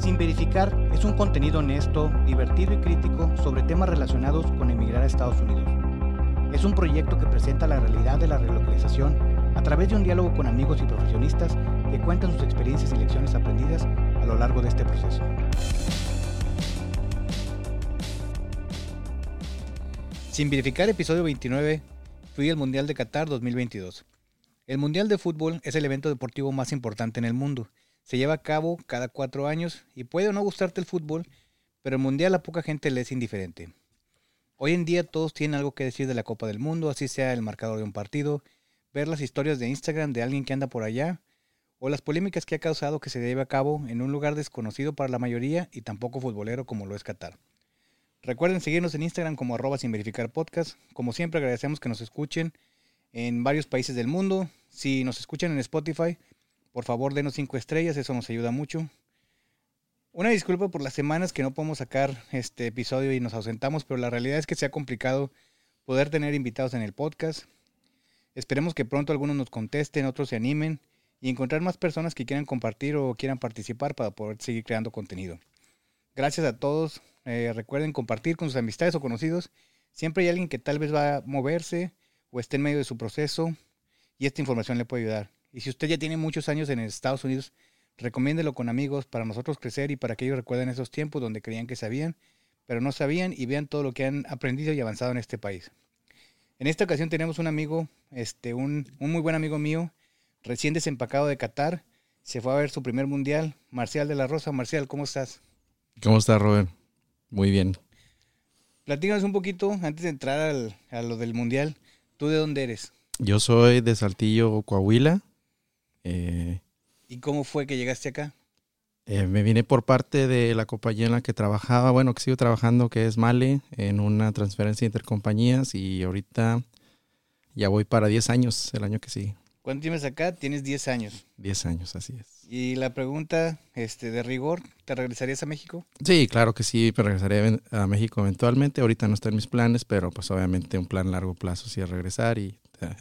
Sin Verificar es un contenido honesto, divertido y crítico sobre temas relacionados con emigrar a Estados Unidos. Es un proyecto que presenta la realidad de la relocalización a través de un diálogo con amigos y profesionistas que cuentan sus experiencias y lecciones aprendidas a lo largo de este proceso. Sin Verificar, episodio 29, fui al Mundial de Qatar 2022. El Mundial de Fútbol es el evento deportivo más importante en el mundo. Se lleva a cabo cada 4 años y puede o no gustarte el fútbol, pero el Mundial a poca gente le es indiferente. Hoy en día todos tienen algo que decir de la Copa del Mundo, así sea el marcador de un partido, ver las historias de Instagram de alguien que anda por allá, o las polémicas que ha causado que se lleve a cabo en un lugar desconocido para la mayoría y tampoco futbolero como lo es Qatar. Recuerden seguirnos en Instagram como @sinverificarpodcast. Como siempre agradecemos que nos escuchen en varios países del mundo. Si nos escuchan en Spotify, por favor denos 5 estrellas, eso nos ayuda mucho. Una disculpa por las semanas que no podemos sacar este episodio y nos ausentamos, pero la realidad es que se ha complicado poder tener invitados en el podcast. Esperemos que pronto algunos nos contesten, otros se animen y encontrar más personas que quieran compartir o quieran participar para poder seguir creando contenido. Gracias a todos. Recuerden compartir con sus amistades o conocidos. Siempre hay alguien que tal vez va a moverse o esté en medio de su proceso y esta información le puede ayudar. Y si usted ya tiene muchos años en Estados Unidos, recomiéndelo con amigos para nosotros crecer y para que ellos recuerden esos tiempos donde creían que sabían, pero no sabían y vean todo lo que han aprendido y avanzado en este país. En esta ocasión tenemos un amigo, un muy buen amigo mío, recién desempacado de Qatar. Se fue a ver su primer mundial, Marcial de la Rosa. Marcial, ¿cómo estás? ¿Cómo estás, Robert? Muy bien. Platícanos un poquito, antes de entrar a lo del mundial, ¿tú de dónde eres? Yo soy de Saltillo, Coahuila. ¿Y cómo fue que llegaste acá? Me vine por parte de la compañía en la que trabajaba, que sigo trabajando, que es Male, en una transferencia de intercompañías, y ahorita ya voy para 10 años, el año que sigue. ¿Cuánto tienes acá? Tienes 10 años. 10 años, así es. Y la pregunta de rigor, ¿te regresarías a México? Sí, claro que sí, me regresaré a México eventualmente. Ahorita no está en mis planes, pero pues obviamente un plan a largo plazo sí es regresar y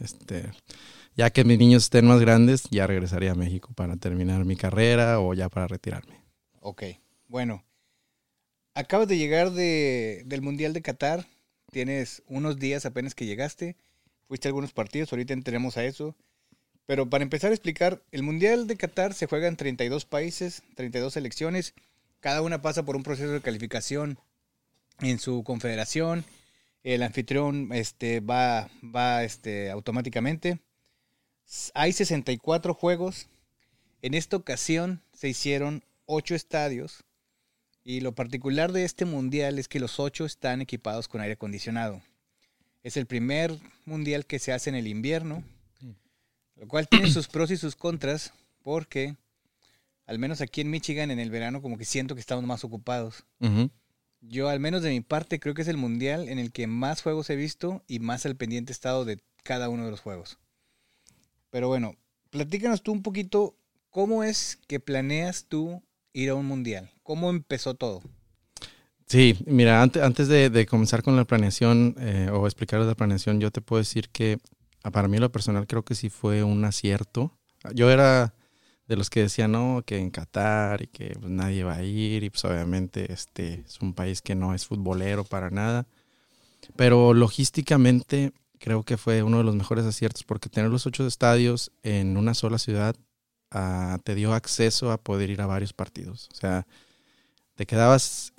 ya que mis niños estén más grandes, ya regresaré a México para terminar mi carrera o ya para retirarme. Ok, bueno. Acabas de llegar del Mundial de Qatar. Tienes unos días apenas que llegaste. Fuiste a algunos partidos, ahorita entremos a eso. Pero para empezar a explicar, el Mundial de Qatar se juega en 32 países, 32 selecciones. Cada una pasa por un proceso de calificación en su confederación. El anfitrión va automáticamente. Hay 64 juegos. En esta ocasión se hicieron 8 estadios. Y lo particular de este mundial es que los 8 están equipados con aire acondicionado. Es el primer mundial que se hace en el invierno, lo cual tiene sus pros y sus contras, porque al menos aquí en Michigan en el verano como que siento que estamos más ocupados. Uh-huh. Yo al menos de mi parte creo que es el mundial en el que más juegos he visto y más al pendiente he estado de cada uno de los juegos. Pero bueno, platícanos tú un poquito cómo es que planeas tú ir a un mundial. ¿Cómo empezó todo? Sí, mira, antes de comenzar con la planeación o explicar la planeación, yo te puedo decir que para mí lo personal creo que sí fue un acierto. Yo era de los que decían, no, que en Qatar y que pues, nadie va a ir y pues obviamente es un país que no es futbolero para nada. Pero logísticamente creo que fue uno de los mejores aciertos porque tener los 8 estadios en una sola ciudad te dio acceso a poder ir a varios partidos. O sea, te quedabas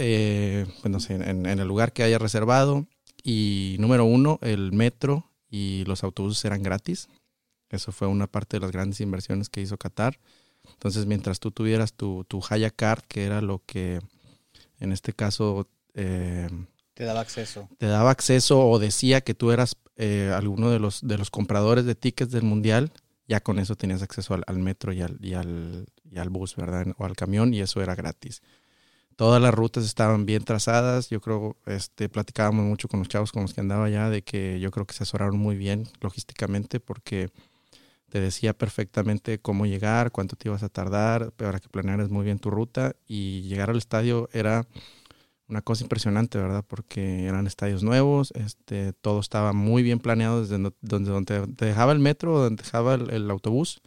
en el lugar que hayas reservado y número 1, el metro y los autobuses eran gratis. Eso fue una parte de las grandes inversiones que hizo Qatar. Entonces, mientras tú tuvieras tu Haya Card, que era lo que en este caso te daba acceso. Te daba acceso o decía que tú eras alguno de los compradores de tickets del mundial, ya con eso tenías acceso al metro y al bus, ¿verdad? O al camión, y eso era gratis. Todas las rutas estaban bien trazadas. Yo creo, platicábamos mucho con los chavos con los que andaba allá, de que yo creo que se asesoraron muy bien logísticamente porque te decía perfectamente cómo llegar, cuánto te ibas a tardar, para que planearas muy bien tu ruta, y llegar al estadio era una cosa impresionante, ¿verdad? Porque eran estadios nuevos, todo estaba muy bien planeado desde donde te dejaba el metro, donde te dejaba el autobús.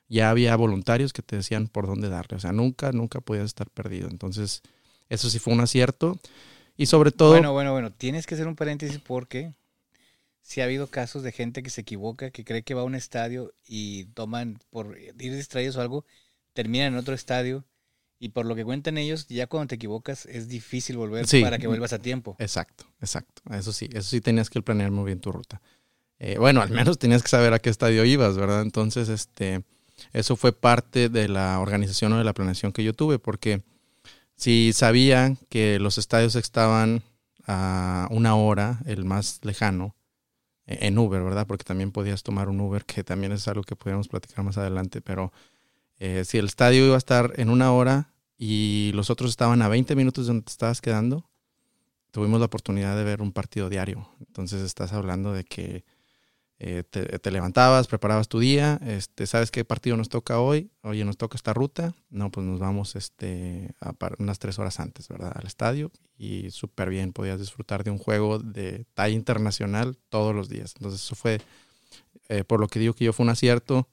ya había voluntarios que te decían por dónde darle. O sea, nunca podías estar perdido. Entonces, eso sí fue un acierto. Y sobre todo... Bueno. Tienes que hacer un paréntesis porque sí ha habido casos de gente que se equivoca, que cree que va a un estadio y toman, por ir distraídos o algo, terminan en otro estadio. Y por lo que cuentan ellos, ya cuando te equivocas es difícil volver para que vuelvas a tiempo. Exacto. Eso sí tenías que planear muy bien tu ruta. Bueno, al menos tenías que saber a qué estadio ibas, ¿verdad? Entonces, eso fue parte de la organización o de la planeación que yo tuve, porque si sabía que los estadios estaban a 1 hora, el más lejano, en Uber, ¿verdad? Porque también podías tomar un Uber, que también es algo que podríamos platicar más adelante, pero si el estadio iba a estar en 1 hora y los otros estaban a 20 minutos de donde te estabas quedando, tuvimos la oportunidad de ver un partido diario. Entonces estás hablando de que te levantabas, preparabas tu día, ¿sabes qué partido nos toca hoy? Oye, nos toca esta ruta. No, pues nos vamos unas 3 horas antes, ¿verdad? Al estadio, y súper bien, podías disfrutar de un juego de talla internacional todos los días. Entonces eso fue, por lo que digo que yo fue un acierto,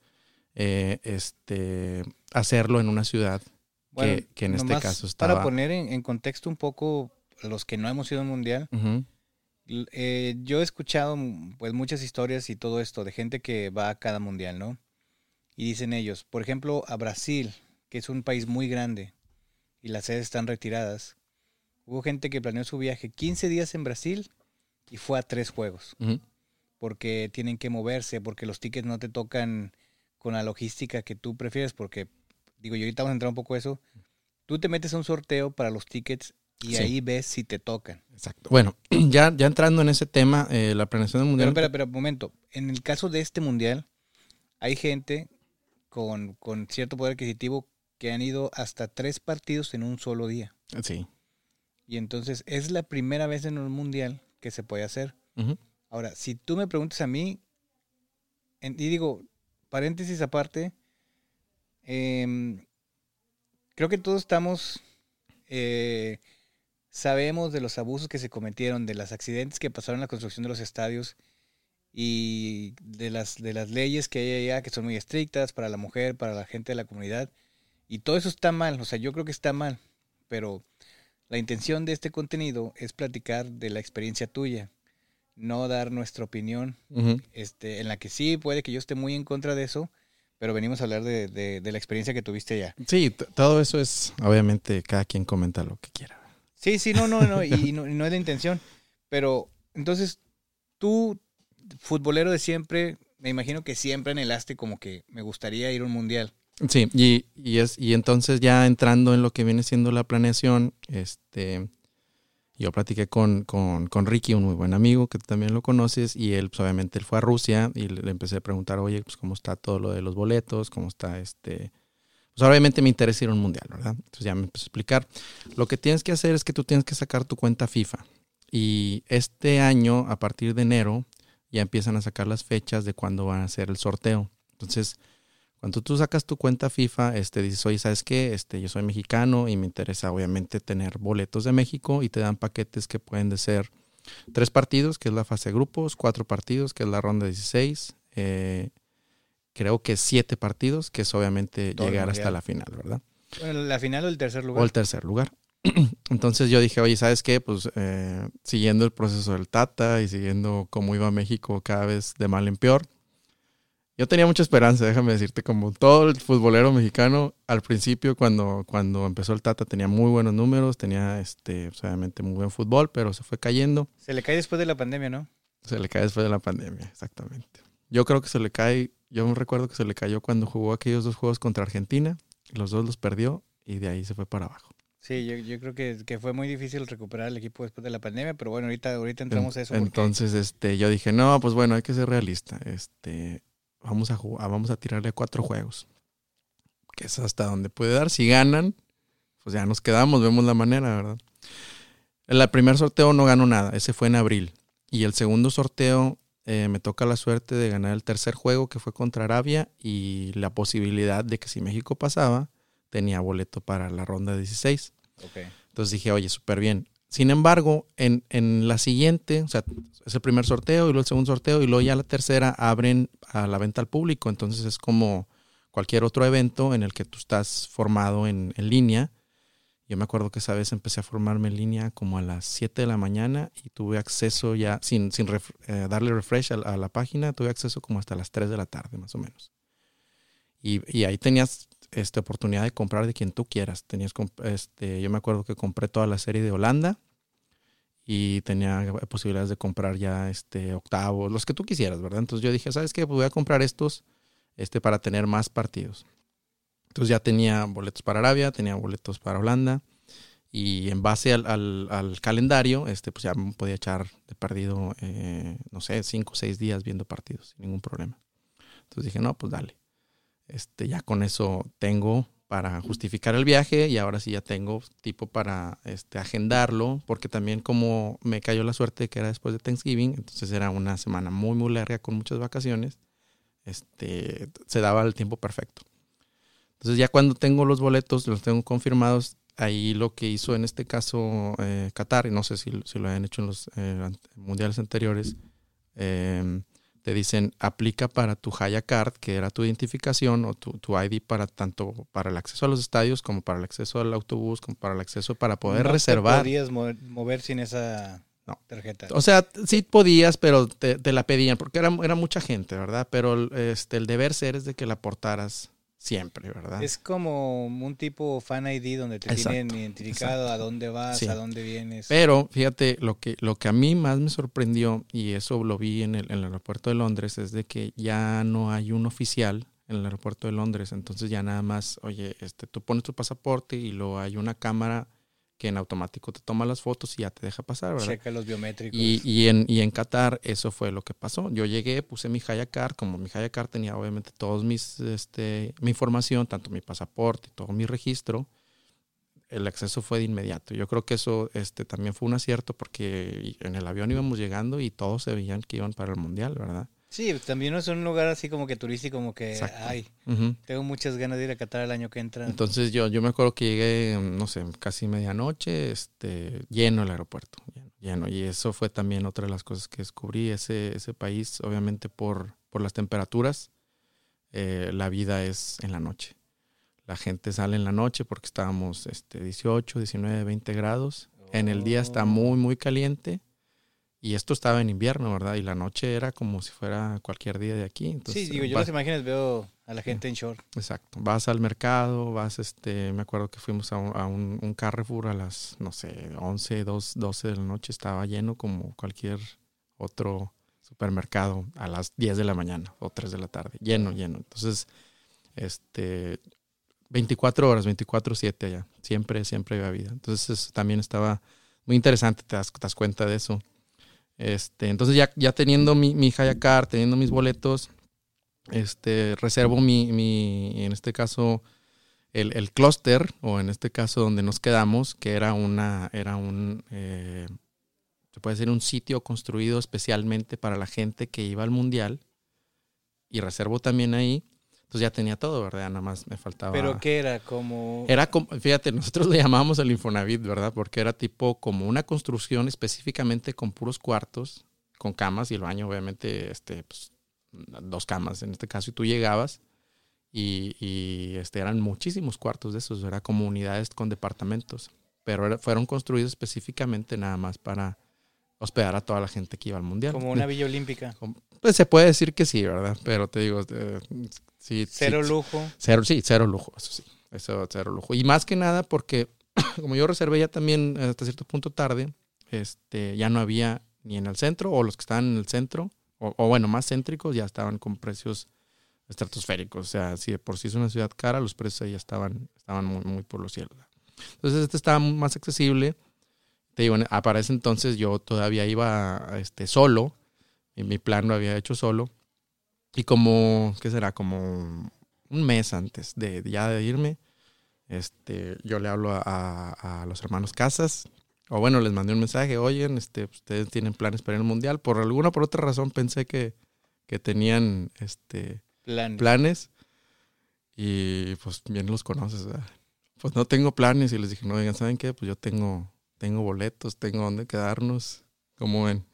hacerlo en una ciudad que en este caso estaba... Para poner en contexto un poco los que no hemos ido a un mundial, Uh-huh. Yo he escuchado pues muchas historias y todo esto de gente que va a cada mundial, ¿no? Y dicen ellos, por ejemplo, a Brasil, que es un país muy grande y las sedes están retiradas, hubo gente que planeó su viaje 15 días en Brasil y fue a 3 juegos. Uh-huh. Porque tienen que moverse, porque los tickets no te tocan con la logística que tú prefieres, porque, digo, yo ahorita vamos a entrar un poco a eso, tú te metes a un sorteo para los tickets y ahí ves si te tocan. Exacto. Bueno, ya entrando en ese tema, la planeación del mundial... Pero, un momento. En el caso de este mundial, hay gente con cierto poder adquisitivo que han ido hasta 3 partidos en un solo día. Sí. Y entonces es la primera vez en un mundial que se puede hacer. Uh-huh. Ahora, si tú me preguntas a mí, y digo, paréntesis aparte, creo que todos estamos... sabemos de los abusos que se cometieron, de los accidentes que pasaron en la construcción de los estadios y de las leyes que hay allá que son muy estrictas para la mujer, para la gente de la comunidad. Y todo eso está mal, o sea, yo creo que está mal, pero la intención de este contenido es platicar de la experiencia tuya, no dar nuestra opinión, Uh-huh. en la que sí puede que yo esté muy en contra de eso, pero venimos a hablar de la experiencia que tuviste allá. Sí, todo eso es, obviamente, cada quien comenta lo que quiera. Sí, no, y no es la intención. Pero, entonces, tú, futbolero de siempre, me imagino que siempre anhelaste como que me gustaría ir a un mundial. Sí, y entonces ya entrando en lo que viene siendo la planeación, yo platiqué con Ricky, un muy buen amigo que tú también lo conoces, y él, pues obviamente, él fue a Rusia y le empecé a preguntar, oye, pues cómo está todo lo de los boletos, cómo está pues obviamente me interesa ir a un mundial, ¿verdad? Entonces ya me empezó a explicar. Lo que tienes que hacer es que tú tienes que sacar tu cuenta FIFA. Y este año, a partir de enero, ya empiezan a sacar las fechas de cuándo van a hacer el sorteo. Entonces, cuando tú sacas tu cuenta FIFA, dices, oye, ¿sabes qué? Yo soy mexicano y me interesa obviamente tener boletos de México, y te dan paquetes que pueden de ser 3 partidos, que es la fase de grupos, 4 partidos, que es la ronda 16, creo que 7 partidos, que es obviamente todo llegar hasta la final, ¿verdad? Bueno, la final o el tercer lugar. O el tercer lugar. Entonces yo dije, oye, ¿sabes qué? Pues siguiendo el proceso del Tata y siguiendo cómo iba México cada vez de mal en peor, yo tenía mucha esperanza, déjame decirte, como todo el futbolero mexicano, al principio cuando empezó el Tata tenía muy buenos números, tenía pues, obviamente muy buen fútbol, pero se fue cayendo. Se le cae después de la pandemia, ¿no? Se le cae después de la pandemia, exactamente. Yo creo que se le cae, yo me recuerdo que se le cayó cuando jugó aquellos 2 juegos contra Argentina, los 2 los perdió y de ahí se fue para abajo. Sí, yo creo que fue muy difícil recuperar el equipo después de la pandemia, pero bueno, ahorita entramos a eso. Entonces, yo dije, no, pues bueno, hay que ser realista. Vamos a tirarle a 4 juegos, que es hasta donde puede dar. Si ganan, pues ya nos quedamos, vemos la manera, ¿verdad? El primer sorteo no ganó nada, ese fue en abril. Y el segundo sorteo me toca la suerte de ganar el tercer juego, que fue contra Arabia, y la posibilidad de que si México pasaba, tenía boleto para la ronda 16. Okay. Entonces dije, oye, súper bien. Sin embargo, en la siguiente, o sea, es el primer sorteo y luego el segundo sorteo y luego ya la tercera abren a la venta al público. Entonces es como cualquier otro evento en el que tú estás formado en línea. Yo me acuerdo que esa vez empecé a formarme en línea como a las 7 de la mañana y tuve acceso ya, sin darle refresh a la página, tuve acceso como hasta las 3 de la tarde más o menos. Y ahí tenías oportunidad de comprar de quien tú quieras. Yo me acuerdo que compré toda la serie de Holanda y tenía posibilidades de comprar ya octavos, los que tú quisieras, ¿verdad? Entonces yo dije, ¿sabes qué? Pues voy a comprar estos para tener más partidos. Entonces ya tenía boletos para Arabia, tenía boletos para Holanda y en base al calendario, pues ya me podía echar de perdido, 5 o 6 días viendo partidos sin ningún problema. Entonces dije, no, pues dale. Ya con eso tengo para justificar el viaje y ahora sí ya tengo tipo para agendarlo, porque también como me cayó la suerte que era después de Thanksgiving, entonces era una semana muy, muy larga con muchas vacaciones, se daba el tiempo perfecto. Entonces ya cuando tengo los boletos, los tengo confirmados, ahí lo que hizo en este caso Qatar, y no sé si lo han hecho en los mundiales anteriores, te dicen aplica para tu Haya Card, que era tu identificación o tu ID para tanto para el acceso a los estadios como para el acceso al autobús, como para el acceso para poder reservar. No te podías mover sin esa tarjeta. O sea, sí podías, pero te la pedían porque era mucha gente, ¿verdad? Pero el deber ser es de que la portaras siempre, ¿verdad? Es como un tipo Fan ID donde te tienen identificado a dónde vas, sí, a dónde vienes. Pero fíjate, lo que a mí más me sorprendió, y eso lo vi en el aeropuerto de Londres, es de que ya no hay un oficial en el aeropuerto de Londres. Entonces ya nada más, oye, tú pones tu pasaporte y luego hay una cámara que en automático te toma las fotos y ya te deja pasar, ¿verdad? Checa los biométricos. Y en Qatar eso fue lo que pasó. Yo llegué, puse mi Haya Card, como mi Haya Card tenía obviamente todos mi información, tanto mi pasaporte, todo mi registro, el acceso fue de inmediato. Yo creo que eso también fue un acierto porque en el avión íbamos llegando y todos se veían que iban para el Mundial, ¿verdad? Sí, también no es un lugar así como que turístico, como que, tengo muchas ganas de ir a Qatar el año que entra. Entonces yo me acuerdo que llegué, no sé, casi medianoche, lleno el aeropuerto, lleno. Y eso fue también otra de las cosas que descubrí, ese país, obviamente por las temperaturas, la vida es en la noche. La gente sale en la noche porque estábamos 18, 19, 20 grados. En el día está muy, muy caliente. Y esto estaba en invierno, ¿verdad? Y la noche era como si fuera cualquier día de aquí. Entonces, sí, digo, yo las imágenes veo a la gente en short. Exacto. Vas al mercado, me acuerdo que fuimos a un Carrefour a las, 11, 12 de la noche. Estaba lleno como cualquier otro supermercado a las 10 de la mañana o 3 de la tarde. Lleno. Entonces, 24 horas, 24/7 allá. Siempre había vida. Entonces, eso también estaba muy interesante. Te das cuenta de eso. Entonces ya teniendo mi Haya Card, teniendo mis boletos, reservo en este caso el clúster, o en este caso donde nos quedamos, que era se puede decir un sitio construido especialmente para la gente que iba al Mundial, y reservo también ahí. Entonces ya tenía todo, ¿verdad? Nada más me faltaba... ¿Pero qué era? Como... Era como, fíjate, nosotros le llamábamos el Infonavit, ¿verdad? Porque era tipo como una construcción específicamente con puros cuartos, con camas y el baño, obviamente, pues, 2 camas en este caso. Y tú llegabas y eran muchísimos cuartos de esos, era como unidades con departamentos. Pero fueron construidos específicamente nada más para hospedar a toda la gente que iba al Mundial. Como una villa olímpica. Pues se puede decir que sí, ¿verdad? Pero te digo... Sí, cero lujo. Cero lujo, eso sí. Eso, cero lujo. Y más que nada porque como yo reservé ya también hasta cierto punto tarde, ya no había ni en el centro, o los que estaban en el centro, o bueno, más céntricos, ya estaban con precios estratosféricos. O sea, si de por sí es una ciudad cara, los precios ahí ya estaban muy, muy por los cielos. Entonces estaba más accesible. Te digo, para ese entonces yo todavía iba solo, y mi plan lo había hecho solo. Y como, ¿qué será? Como un mes antes de irme, yo le hablo a los hermanos Casas, o bueno, les mandé un mensaje, oyen, ustedes tienen planes para ir al Mundial. Por otra razón pensé que tenían planes, y pues bien los conoces, ¿verdad? Pues no tengo planes, y les dije, no, oigan, ¿saben qué? Pues yo tengo boletos, tengo dónde quedarnos, ¿cómo ven?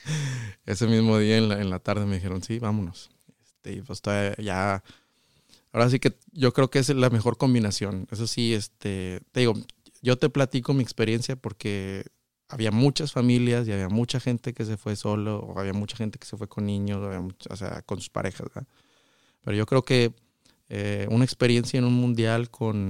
Ese mismo día en la tarde me dijeron, sí, vámonos. Y pues todavía ya Ahora sí que yo creo que es la mejor combinación. Eso sí, te digo, yo te platico mi experiencia porque había muchas familias y había mucha gente que se fue solo, o había mucha gente que se fue con niños, o sea, con sus parejas, ¿verdad? Pero yo creo que una experiencia en un mundial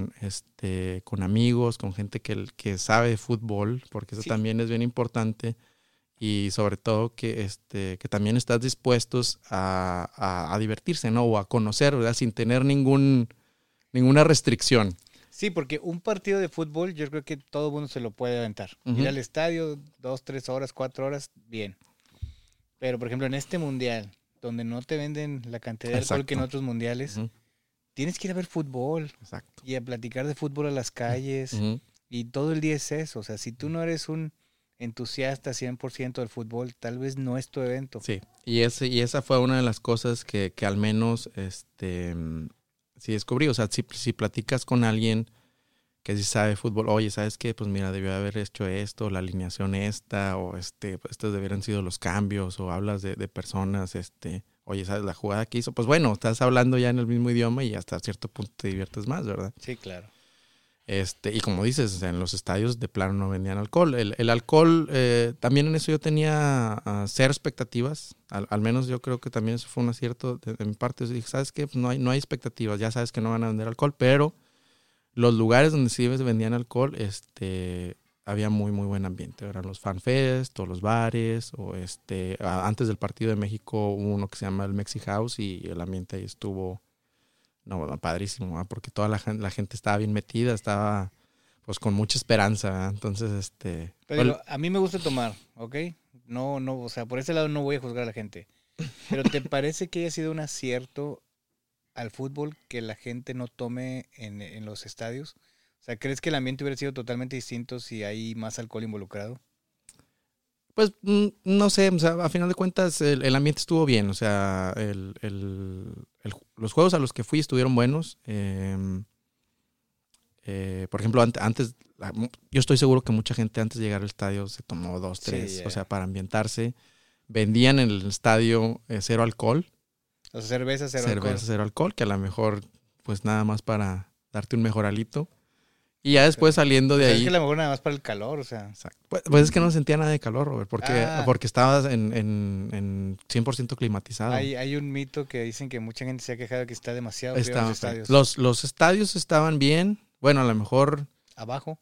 con amigos, con gente que sabe de fútbol, porque eso Sí. también es bien importante, y sobre todo que también estás dispuestos a divertirse, ¿no? O a conocer, ¿verdad? Sin tener ninguna restricción. Sí, porque un partido de fútbol yo creo que todo el mundo se lo puede aventar. Uh-huh. Ir al estadio 2, 3 horas, 4 horas, bien. Pero, por ejemplo, en este mundial, donde no te venden la cantidad de alcohol que en otros mundiales, Uh-huh. tienes que ir a ver fútbol. Exacto. Y a platicar de fútbol a las calles. Uh-huh. Y todo el día es eso. O sea, si tú no eres un entusiasta 100% del fútbol, tal vez no es tu evento. Sí, y esa fue una de las cosas que al menos sí descubrí. O sea, si platicas con alguien que sí sabe de fútbol, oye, ¿sabes qué? Pues mira, debió haber hecho esto, la alineación esta, o pues estos debieran sido los cambios, o hablas de personas, oye, ¿sabes la jugada que hizo? Pues bueno, estás hablando ya en el mismo idioma y hasta cierto punto te diviertes más, ¿verdad? Sí, claro. Y como dices, o sea, en los estadios de plano no vendían alcohol. El alcohol, también en eso yo tenía cero expectativas. Al menos yo creo que también eso fue un acierto de mi parte. Dije, ¿sabes qué? Pues no hay expectativas. Ya sabes que no van a vender alcohol, pero los lugares donde sí vendían alcohol, había muy, muy buen ambiente. Eran los fanfests, o los bares, o antes del partido de México hubo uno que se llama el Mexi House y el ambiente ahí estuvo... No, padrísimo, ¿eh? Porque toda la gente estaba bien metida, estaba pues con mucha esperanza, ¿eh? Entonces, Pero digo, a mí me gusta tomar, ¿ok? No, o sea, por ese lado no voy a juzgar a la gente. Pero ¿te parece que haya sido un acierto al fútbol que la gente no tome en los estadios? O sea, ¿crees que el ambiente hubiera sido totalmente distinto si hay más alcohol involucrado? Pues no sé, o sea, a final de cuentas el ambiente estuvo bien, o sea, los juegos a los que fui estuvieron buenos. Por ejemplo, antes, yo estoy seguro que mucha gente antes de llegar al estadio se tomó 2, 3, Sí, o sea, para ambientarse. Vendían en el estadio cero alcohol. O sea, cerveza, cero alcohol, que a lo mejor, pues nada más para darte un mejor alito. Y ya después saliendo de ahí... Es que a lo mejor nada más para el calor, o sea... Exacto. Pues es que no sentía nada de calor, Robert, porque estabas en 100% climatizado. Hay un mito que dicen que mucha gente se ha quejado que está demasiado frío en los estadios. Los estadios estaban bien, bueno, a lo mejor... Abajo,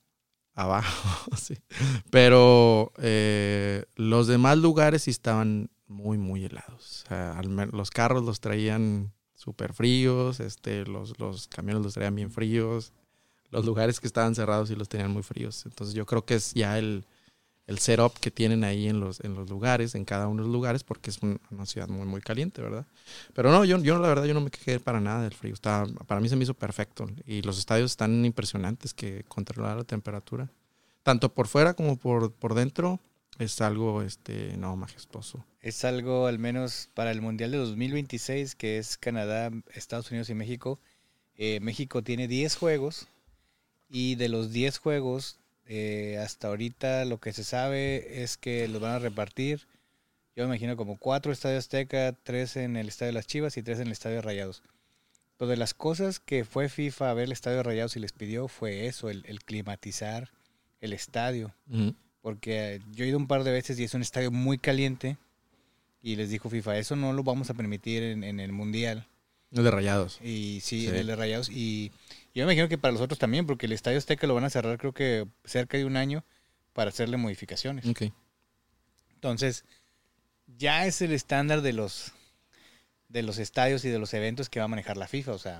sí. Pero los demás lugares sí estaban muy, muy helados. O sea, los carros los traían súper fríos, los camiones los traían bien fríos. Los lugares que estaban cerrados sí los tenían muy fríos. Entonces yo creo que es ya el setup que tienen ahí en los lugares, en cada uno de los lugares, porque es una ciudad muy, muy caliente, ¿verdad? Pero no, yo la verdad yo no me quejé para nada del frío. Para mí se me hizo perfecto. Y los estadios están impresionantes que controlar la temperatura. Tanto por fuera como por dentro es algo majestuoso. Es algo, al menos para el Mundial de 2026, que es Canadá, Estados Unidos y México. México tiene 10 juegos. Y de los 10 juegos, hasta ahorita lo que se sabe es que los van a repartir. Yo me imagino como 4 Estadio Azteca, 3 en el Estadio de las Chivas y 3 en el Estadio de Rayados. Pero de las cosas que fue FIFA a ver el Estadio de Rayados y les pidió fue eso, el climatizar el estadio. Uh-huh. Porque yo he ido un par de veces y es un estadio muy caliente. Y les dijo FIFA, eso no lo vamos a permitir en el Mundial. El de Rayados. Y sí, en el de Rayados. Y yo me imagino que para los otros también, porque el Estadio Azteca lo van a cerrar creo que cerca de un año para hacerle modificaciones. Okay. Entonces, ya es el estándar de los estadios y de los eventos que va a manejar la FIFA. O sea,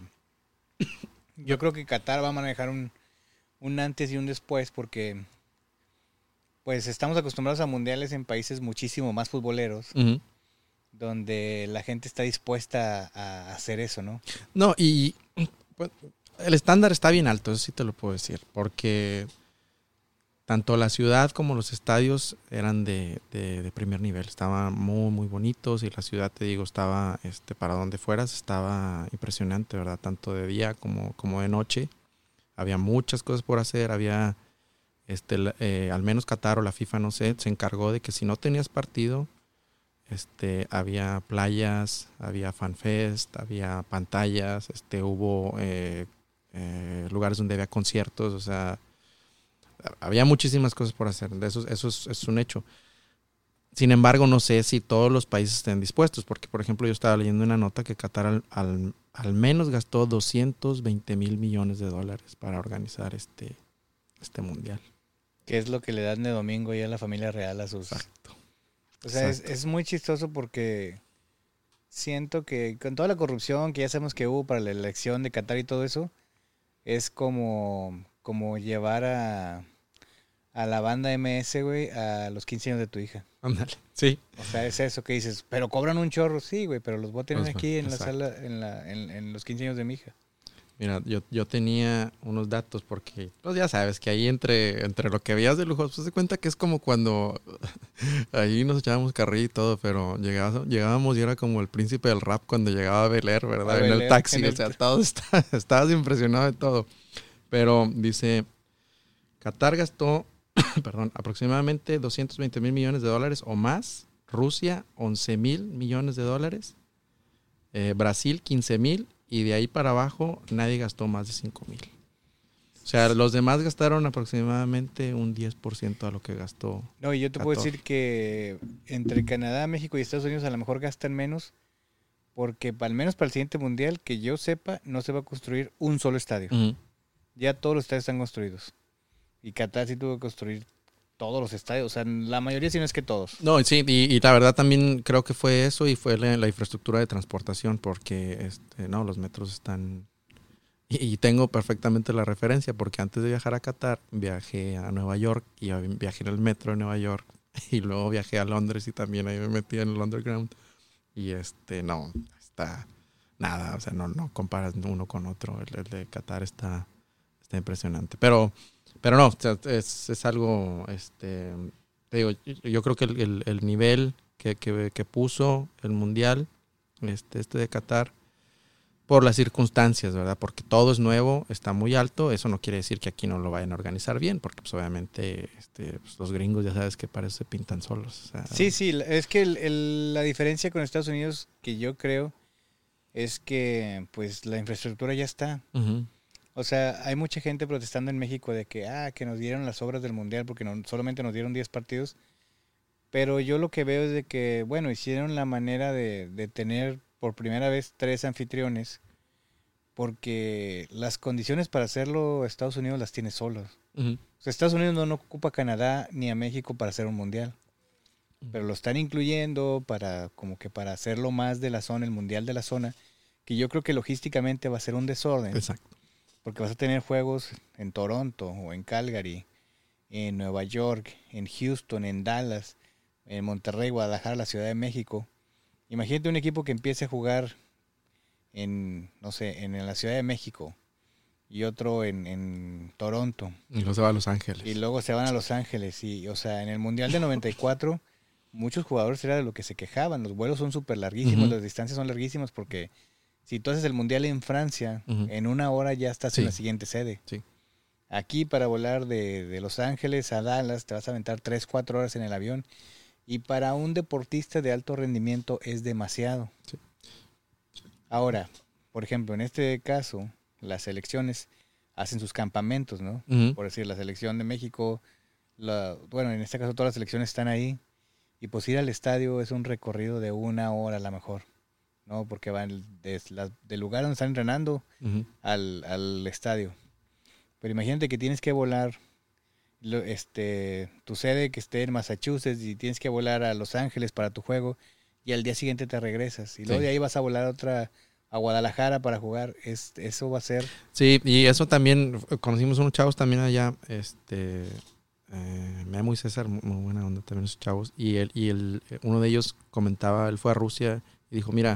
yo creo que Qatar va a manejar un antes y un después porque pues estamos acostumbrados a mundiales en países muchísimo más futboleros. Uh-huh. Donde la gente está dispuesta a hacer eso, ¿no? No, y pues, el estándar está bien alto, eso sí te lo puedo decir, porque tanto la ciudad como los estadios eran de primer nivel, estaban muy, muy bonitos y la ciudad, te digo, estaba, para donde fueras, estaba impresionante, ¿verdad? Tanto de día como de noche, había muchas cosas por hacer, había, al menos Qatar o la FIFA, no sé, se encargó de que si no tenías partido, había playas, había fanfest, había pantallas, hubo lugares donde había conciertos, o sea, había muchísimas cosas por hacer. Eso es un hecho. Sin embargo, no sé si todos los países estén dispuestos, porque, por ejemplo, yo estaba leyendo una nota que Qatar al menos gastó $220 mil millones para organizar este mundial. Que es lo que le dan de domingo ya a la familia real a sus... Exacto. O sea, es muy chistoso porque siento que con toda la corrupción que ya sabemos que hubo para la elección de Qatar y todo eso, es como llevar a la banda MS, güey, a los 15 años de tu hija. Ándale, sí. O sea, es eso que dices, pero cobran un chorro, sí, güey, pero los voy a tener aquí en exacto. la sala, en los 15 años de mi hija. Mira, yo tenía unos datos porque, pues ya sabes que ahí entre lo que veías de lujos, pues se cuenta que es como cuando ahí nos echábamos carrilla y todo, pero llegábamos y era como el príncipe del rap cuando llegaba a Bel Air, ¿verdad? En el taxi, o sea, todo estabas impresionado de todo. Pero dice, Qatar gastó, perdón, aproximadamente $220 mil millones o más, Rusia 11 mil millones de dólares, Brasil 15 mil, y de ahí para abajo nadie gastó más de 5 mil. O sea, los demás gastaron aproximadamente un 10% a lo que gastó. No, y yo te puedo decir que entre Canadá, México y Estados Unidos a lo mejor gastan menos, porque al menos para el siguiente mundial, que yo sepa, no se va a construir un solo estadio. Uh-huh. Ya todos los estadios están construidos. Y Qatar sí tuvo que construir todos los estadios, o sea, la mayoría, si no es que todos. No, sí, y la verdad también creo que fue eso y fue la infraestructura de transportación, porque no, los metros están... Y tengo perfectamente la referencia, porque antes de viajar a Qatar, viajé a Nueva York y viajé en el metro de Nueva York, y luego viajé a Londres y también ahí me metí en el underground. Y no, está nada, o sea, no comparas uno con otro. El de Qatar está impresionante. Pero no, o sea, es algo, te digo, yo creo que el nivel que puso el mundial, de Qatar, por las circunstancias, ¿verdad? Porque todo es nuevo, está muy alto. Eso no quiere decir que aquí no lo vayan a organizar bien, porque pues obviamente pues, los gringos ya sabes que parece se pintan solos. O sea, sí, es que la diferencia con Estados Unidos, que yo creo, es que pues la infraestructura ya está. Uh-huh. O sea, hay mucha gente protestando en México de que nos dieron las obras del mundial porque solamente nos dieron 10 partidos. Pero yo lo que veo es de que, bueno, hicieron la manera de tener por primera vez 3 anfitriones, porque las condiciones para hacerlo Estados Unidos las tiene solos. Uh-huh. O sea, Estados Unidos no ocupa a Canadá ni a México para hacer un mundial. Pero lo están incluyendo como que para hacerlo más de la zona, el mundial de la zona, que yo creo que logísticamente va a ser un desorden. Exacto. Porque vas a tener juegos en Toronto o en Calgary, en Nueva York, en Houston, en Dallas, en Monterrey, Guadalajara, la Ciudad de México. Imagínate un equipo que empiece a jugar en la Ciudad de México y otro en Toronto. Y luego se va a Los Ángeles. Y luego se van a Los Ángeles. Y, o sea, en el Mundial de 94, muchos jugadores era de lo que se quejaban. Los vuelos son súper larguísimos, Uh-huh. las distancias son larguísimas porque si tú haces el Mundial en Francia, Uh-huh. en una hora ya estás en la siguiente sede. Sí. Aquí para volar de Los Ángeles a Dallas te vas a aventar 3-4 horas en el avión. Y para un deportista de alto rendimiento es demasiado. Sí. Ahora, por ejemplo, en este caso, las selecciones hacen sus campamentos, ¿no? Uh-huh. Por decir, la selección de México, en este caso todas las selecciones están ahí. Y pues ir al estadio es un recorrido de 1 hora a lo mejor, ¿no? Porque van del lugar donde están entrenando Uh-huh. al estadio. Pero imagínate que tienes que volar, tu sede que esté en Massachusetts y tienes que volar a Los Ángeles para tu juego y al día siguiente te regresas. Y luego de ahí vas a volar a Guadalajara para jugar. Eso va a ser... Sí, y eso también, conocimos unos chavos también allá, Memo y César, muy buena onda también esos chavos, y uno de ellos comentaba, él fue a Rusia y dijo, mira,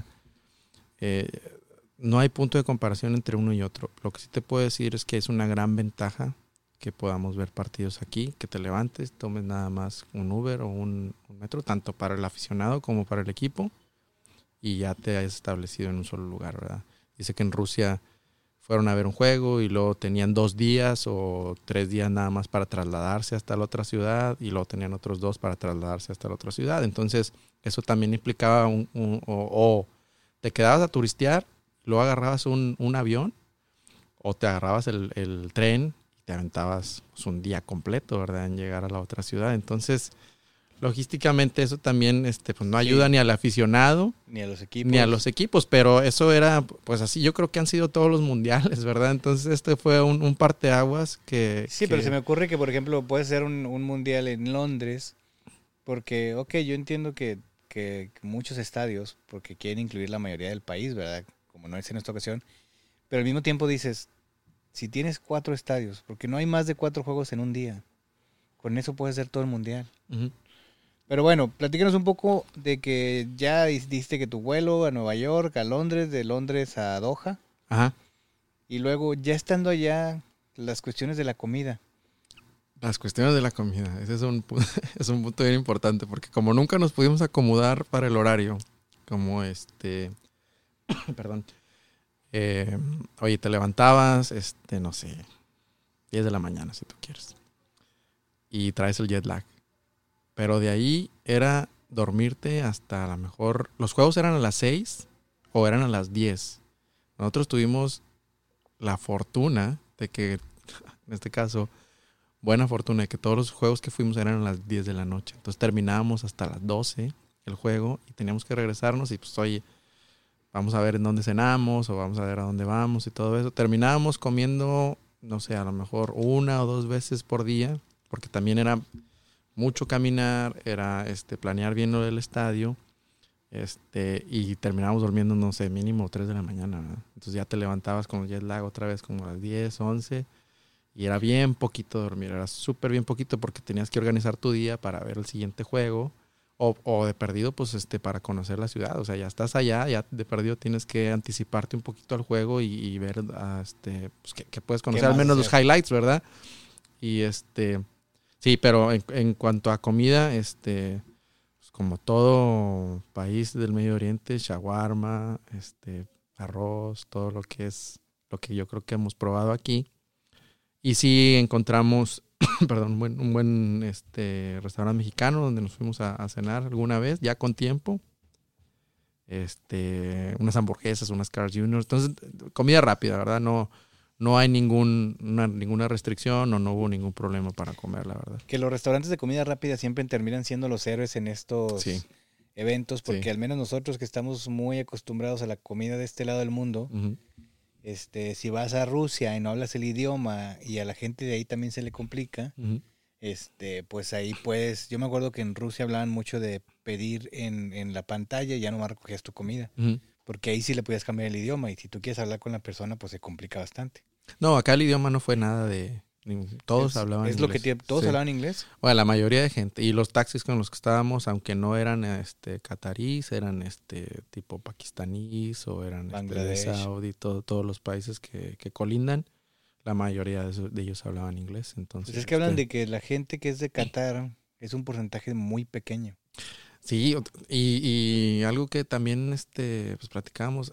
no hay punto de comparación entre uno y otro. Lo que sí te puedo decir es que es una gran ventaja que podamos ver partidos aquí, que te levantes, tomes nada más un Uber o un metro, tanto para el aficionado como para el equipo, y ya te hayas establecido en un solo lugar, ¿verdad? Dice que en Rusia fueron a ver un juego y luego tenían 2 días o 3 días nada más para trasladarse hasta la otra ciudad y luego tenían otros 2 para trasladarse hasta la otra ciudad. Entonces, eso también implicaba o te quedabas a turistear, luego agarrabas un avión o te agarrabas el tren y te aventabas pues, un día completo, ¿verdad? En llegar a la otra ciudad. Entonces, logísticamente eso también pues no ayuda ni al aficionado ni a los equipos, pero eso era pues así, yo creo que han sido todos los mundiales, ¿verdad? Entonces este fue un parteaguas que... Pero se me ocurre que por ejemplo puede ser un mundial en Londres, porque yo entiendo que muchos estadios, porque quieren incluir la mayoría del país, ¿verdad? Como no es en esta ocasión, pero al mismo tiempo dices, si tienes 4 estadios, porque no hay más de 4 juegos en un día, con eso puede ser todo el mundial. Uh-huh. Pero bueno, platícanos un poco de que ya diste que tu vuelo a Nueva York, a Londres, de Londres a Doha. Ajá. Y luego, ya estando allá, las cuestiones de la comida. Las cuestiones de la comida, ese es un punto bien importante, porque como nunca nos pudimos acomodar para el horario, como perdón, oye, te levantabas, no sé, 10 de la mañana si tú quieres, y traes el jet lag. Pero de ahí era dormirte hasta a lo mejor... Los juegos eran a las 6 o eran a las 10. Nosotros tuvimos la fortuna de que, en este caso, buena fortuna de que todos los juegos que fuimos eran a las 10 de la noche. Entonces terminábamos hasta las 12 el juego y teníamos que regresarnos y pues, oye, vamos a ver en dónde cenamos o vamos a ver a dónde vamos y todo eso. Terminábamos comiendo, no sé, a lo mejor 1 o 2 veces por día, porque también era... mucho caminar, era planear bien lo del estadio, y terminábamos durmiendo, no sé, mínimo 3 de la mañana, ¿verdad? Entonces ya te levantabas con el jet lag otra vez como a las 10, 11, y era bien poquito dormir, era súper bien poquito porque tenías que organizar tu día para ver el siguiente juego, o de perdido, pues, para conocer la ciudad. O sea, ya estás allá, ya de perdido tienes que anticiparte un poquito al juego y ver, pues, que puedes conocer al menos los highlights, ¿verdad? Y sí, pero en cuanto a comida, pues como todo país del Medio Oriente, shawarma, arroz, todo lo que yo creo que hemos probado aquí. Y sí encontramos, perdón, un buen restaurante mexicano donde nos fuimos a cenar alguna vez, ya con tiempo. Unas hamburguesas, unas Carl's Jr. Entonces, comida rápida, ¿verdad? No hay ninguna restricción o no hubo ningún problema para comer, la verdad. Que los restaurantes de comida rápida siempre terminan siendo los héroes en estos eventos, porque al menos nosotros que estamos muy acostumbrados a la comida de este lado del mundo, uh-huh. Si vas a Rusia y no hablas el idioma y a la gente de ahí también se le complica, uh-huh. Pues ahí puedes... Yo me acuerdo que en Rusia hablaban mucho de pedir en la pantalla y ya no recogías tu comida. Uh-huh. Porque ahí sí le podías cambiar el idioma y si tú quieres hablar con la persona, pues se complica bastante. No, acá el idioma no fue nada de... Todos hablaban inglés. ¿Es lo que todos hablaban inglés? Bueno, la mayoría de gente. Y los taxis con los que estábamos, aunque no eran catarís, eran tipo pakistaníes o eran Bangladesh, de Saudi, todos los países que colindan. La mayoría de ellos hablaban inglés. Entonces, pues es que hablan de que la gente que es de Qatar es un porcentaje muy pequeño. Sí, y algo que también pues platicábamos,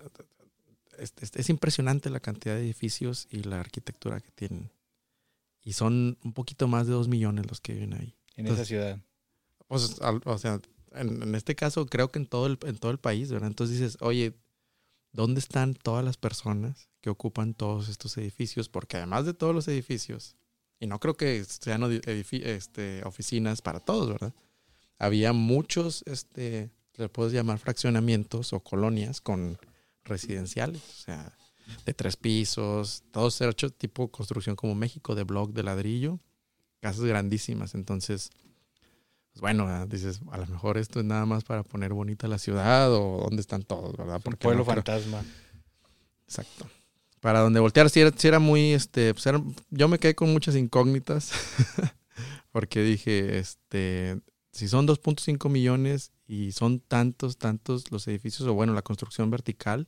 es impresionante la cantidad de edificios y la arquitectura que tienen. Y son un poquito más de 2 millones los que viven ahí. Esa ciudad. Pues, o sea, en este caso creo que en todo el país, ¿verdad? Entonces dices, oye, ¿dónde están todas las personas que ocupan todos estos edificios? Porque además de todos los edificios, y no creo que sean oficinas para todos, ¿verdad? Había muchos, le puedes llamar fraccionamientos o colonias con residenciales, o sea, de 3 pisos, todos hechos tipo construcción como México, de bloc, de ladrillo, casas grandísimas. Entonces, pues bueno, dices, a lo mejor esto es nada más para poner bonita la ciudad o dónde están todos, ¿verdad? Porque pueblo fantasma. Exacto. Para donde voltear, sí era muy, pues yo me quedé con muchas incógnitas porque dije, si son 2.5 millones y son tantos los edificios, o bueno, la construcción vertical,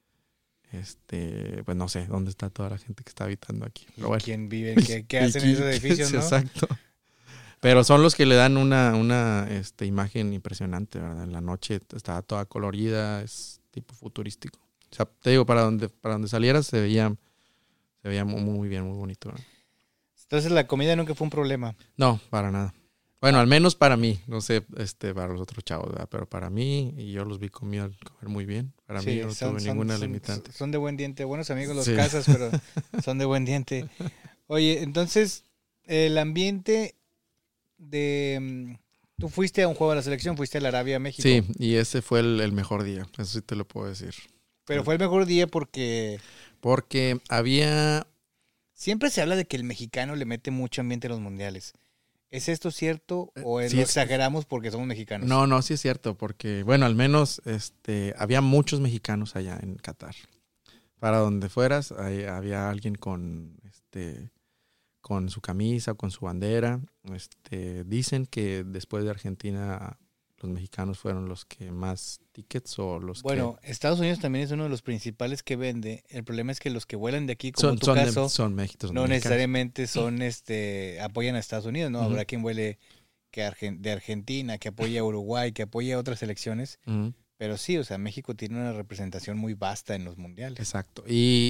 pues no sé dónde está toda la gente que está habitando aquí. Pero bueno. ¿Quién vive? ¿Qué hacen en esos edificios, no? Exacto. Pero son los que le dan una imagen impresionante, ¿verdad? En la noche estaba toda colorida, es tipo futurístico. O sea, te digo, para donde salieras se veía Se veía muy bien, muy bonito, ¿no? Entonces la comida nunca fue un problema. No, para nada. Bueno, al menos para mí, no sé, para los otros chavos, ¿verdad? Pero para mí, y yo los vi comer muy bien. Para mí yo no tuve ninguna limitante. Son de buen diente. Buenos amigos los Sí. casas, pero son de buen diente. Oye, entonces, el ambiente de... Tú fuiste a un juego de la selección, fuiste a la Arabia, México. Sí, y ese fue el mejor día, eso sí te lo puedo decir. Pero fue el mejor día porque... Porque había... Siempre se habla de que el mexicano le mete mucho ambiente a los mundiales. ¿Es esto cierto o sí, lo exageramos porque somos mexicanos? No, sí es cierto, porque, bueno, al menos había muchos mexicanos allá en Qatar. Para donde fueras, había alguien con su camisa, con su bandera. Dicen que después de Argentina, los mexicanos fueron los que más tickets o los Bueno, que... Estados Unidos también es uno de los principales que vende. El problema es que los que vuelan de aquí, como en tu caso, son mexicanos. no necesariamente son, apoyan a Estados Unidos, ¿no? Uh-huh. Habrá quien vuele de Argentina, que apoye a Uruguay, que apoye a otras selecciones. Uh-huh. Pero sí, o sea, México tiene una representación muy vasta en los mundiales. Exacto.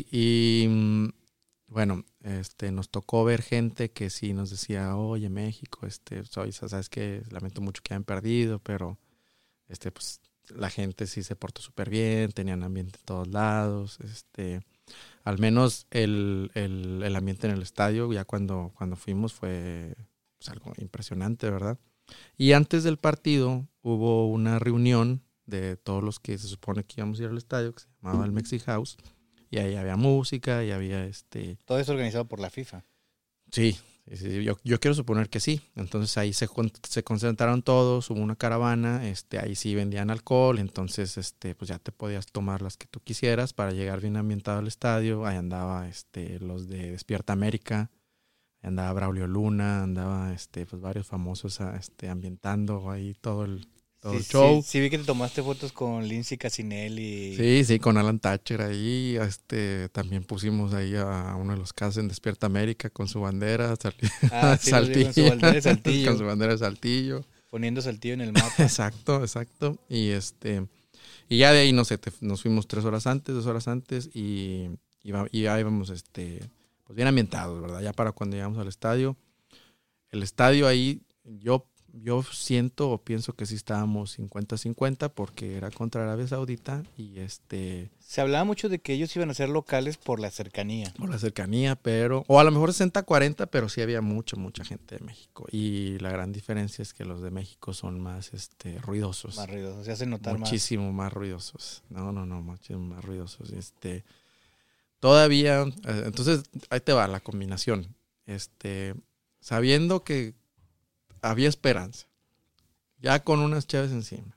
Bueno, nos tocó ver gente que sí nos decía, oye, México, sabes que lamento mucho que hayan perdido, pero pues la gente sí se portó súper bien, tenían ambiente en todos lados, al menos el ambiente en el estadio, ya cuando fuimos fue pues, algo impresionante, ¿verdad? Y antes del partido hubo una reunión de todos los que se supone que íbamos a ir al estadio, que se llamaba el Mexi House, y ahí había música y había Todo es organizado por la FIFA. Sí, yo quiero suponer que sí. Entonces ahí se concentraron todos, hubo una caravana, ahí sí vendían alcohol, entonces pues ya te podías tomar las que tú quisieras para llegar bien ambientado al estadio. Ahí andaba los de Despierta América, ahí andaba Braulio Luna, andaba pues varios famosos ambientando ahí todo el show. Sí, vi que te tomaste fotos con Lindsay Casinelli. Sí, con Alan Thatcher ahí, también pusimos ahí a uno de los casos en Despierta América con su bandera, Saltillo. Con su bandera de Saltillo. Con su bandera de Saltillo. Poniendo Saltillo en el mapa. Exacto. Y ya de ahí, no sé, nos fuimos 2 horas antes y ya íbamos, pues bien ambientados, ¿verdad? Ya para cuando llegamos al estadio. El estadio ahí, yo siento o pienso que sí estábamos 50-50 porque era contra Arabia Saudita y Se hablaba mucho de que ellos iban a ser locales por la cercanía. Por la cercanía, pero... O a lo mejor 60-40, pero sí había mucha gente de México. Y la gran diferencia es que los de México son más ruidosos. Más ruidosos, se hacen notar muchísimo más ruidosos. No, muchísimo más ruidosos. Todavía... entonces, ahí te va la combinación. Sabiendo que había esperanza. Ya con unas chaves encima.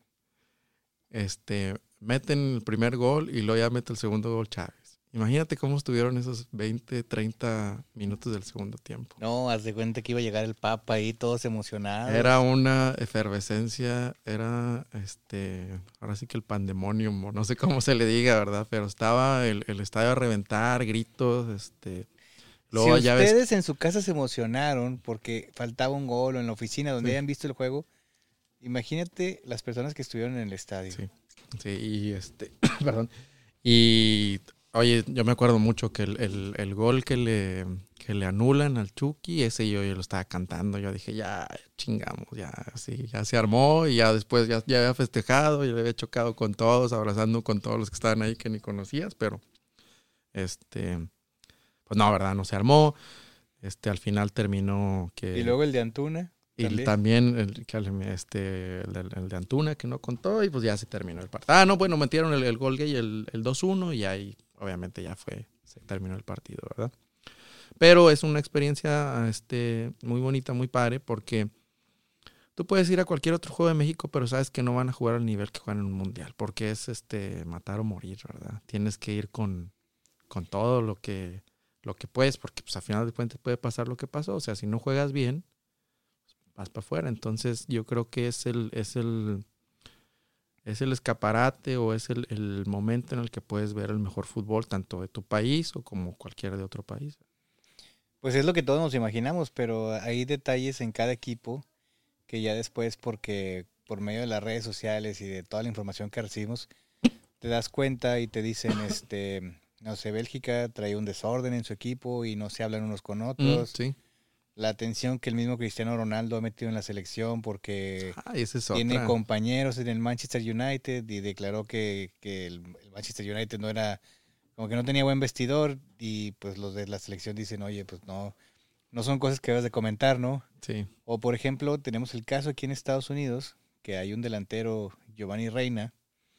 Meten el primer gol y luego ya mete el segundo gol Chávez. Imagínate cómo estuvieron esos 20-30 minutos del segundo tiempo. No, haz de cuenta que iba a llegar el Papa ahí, todos emocionados. Era una efervescencia, era ahora sí que el pandemonium, no sé cómo se le diga, ¿verdad? Pero estaba el estadio a reventar, gritos, Luego, si ustedes en su casa se emocionaron porque faltaba un gol o en la oficina donde hayan visto el juego, imagínate las personas que estuvieron en el estadio. Sí, y perdón. Y oye, yo me acuerdo mucho que el gol que le anulan al Chucky, ese yo lo estaba cantando. Yo dije, ya chingamos, ya se armó y ya después ya había festejado, y le había chocado con todos, abrazando con todos los que estaban ahí que ni conocías, pero pues no, ¿verdad? No se armó. Al final terminó que... Y luego el de Antuna. Y también el de Antuna que no contó y pues ya se terminó el partido. No, bueno, metieron el gol gay, el 2-1 y ahí obviamente se terminó el partido, ¿verdad? Pero es una experiencia muy bonita, muy padre porque tú puedes ir a cualquier otro juego de México, pero sabes que no van a jugar al nivel que juegan en un mundial porque es matar o morir, ¿verdad? Tienes que ir con todo lo que puedes porque pues al final de cuentas puede pasar lo que pasó. O sea, si no juegas bien, vas para afuera. Entonces yo creo que es el escaparate o es el momento en el que puedes ver el mejor fútbol tanto de tu país o como cualquier de otro país. Pues es lo que todos nos imaginamos, pero hay detalles en cada equipo que ya después, porque por medio de las redes sociales y de toda la información que recibimos, te das cuenta y te dicen, no sé, Bélgica trae un desorden en su equipo y no se hablan unos con otros. Sí. La atención que el mismo Cristiano Ronaldo ha metido en la selección porque Esa es tiene otra. compañeros en el Manchester United y declaró que el Manchester United no era, como que no tenía buen vestidor y pues los de la selección dicen, oye, pues no son cosas que debes de comentar, ¿no? Sí. O por ejemplo, tenemos el caso aquí en Estados Unidos, que hay un delantero, Giovanni Reina,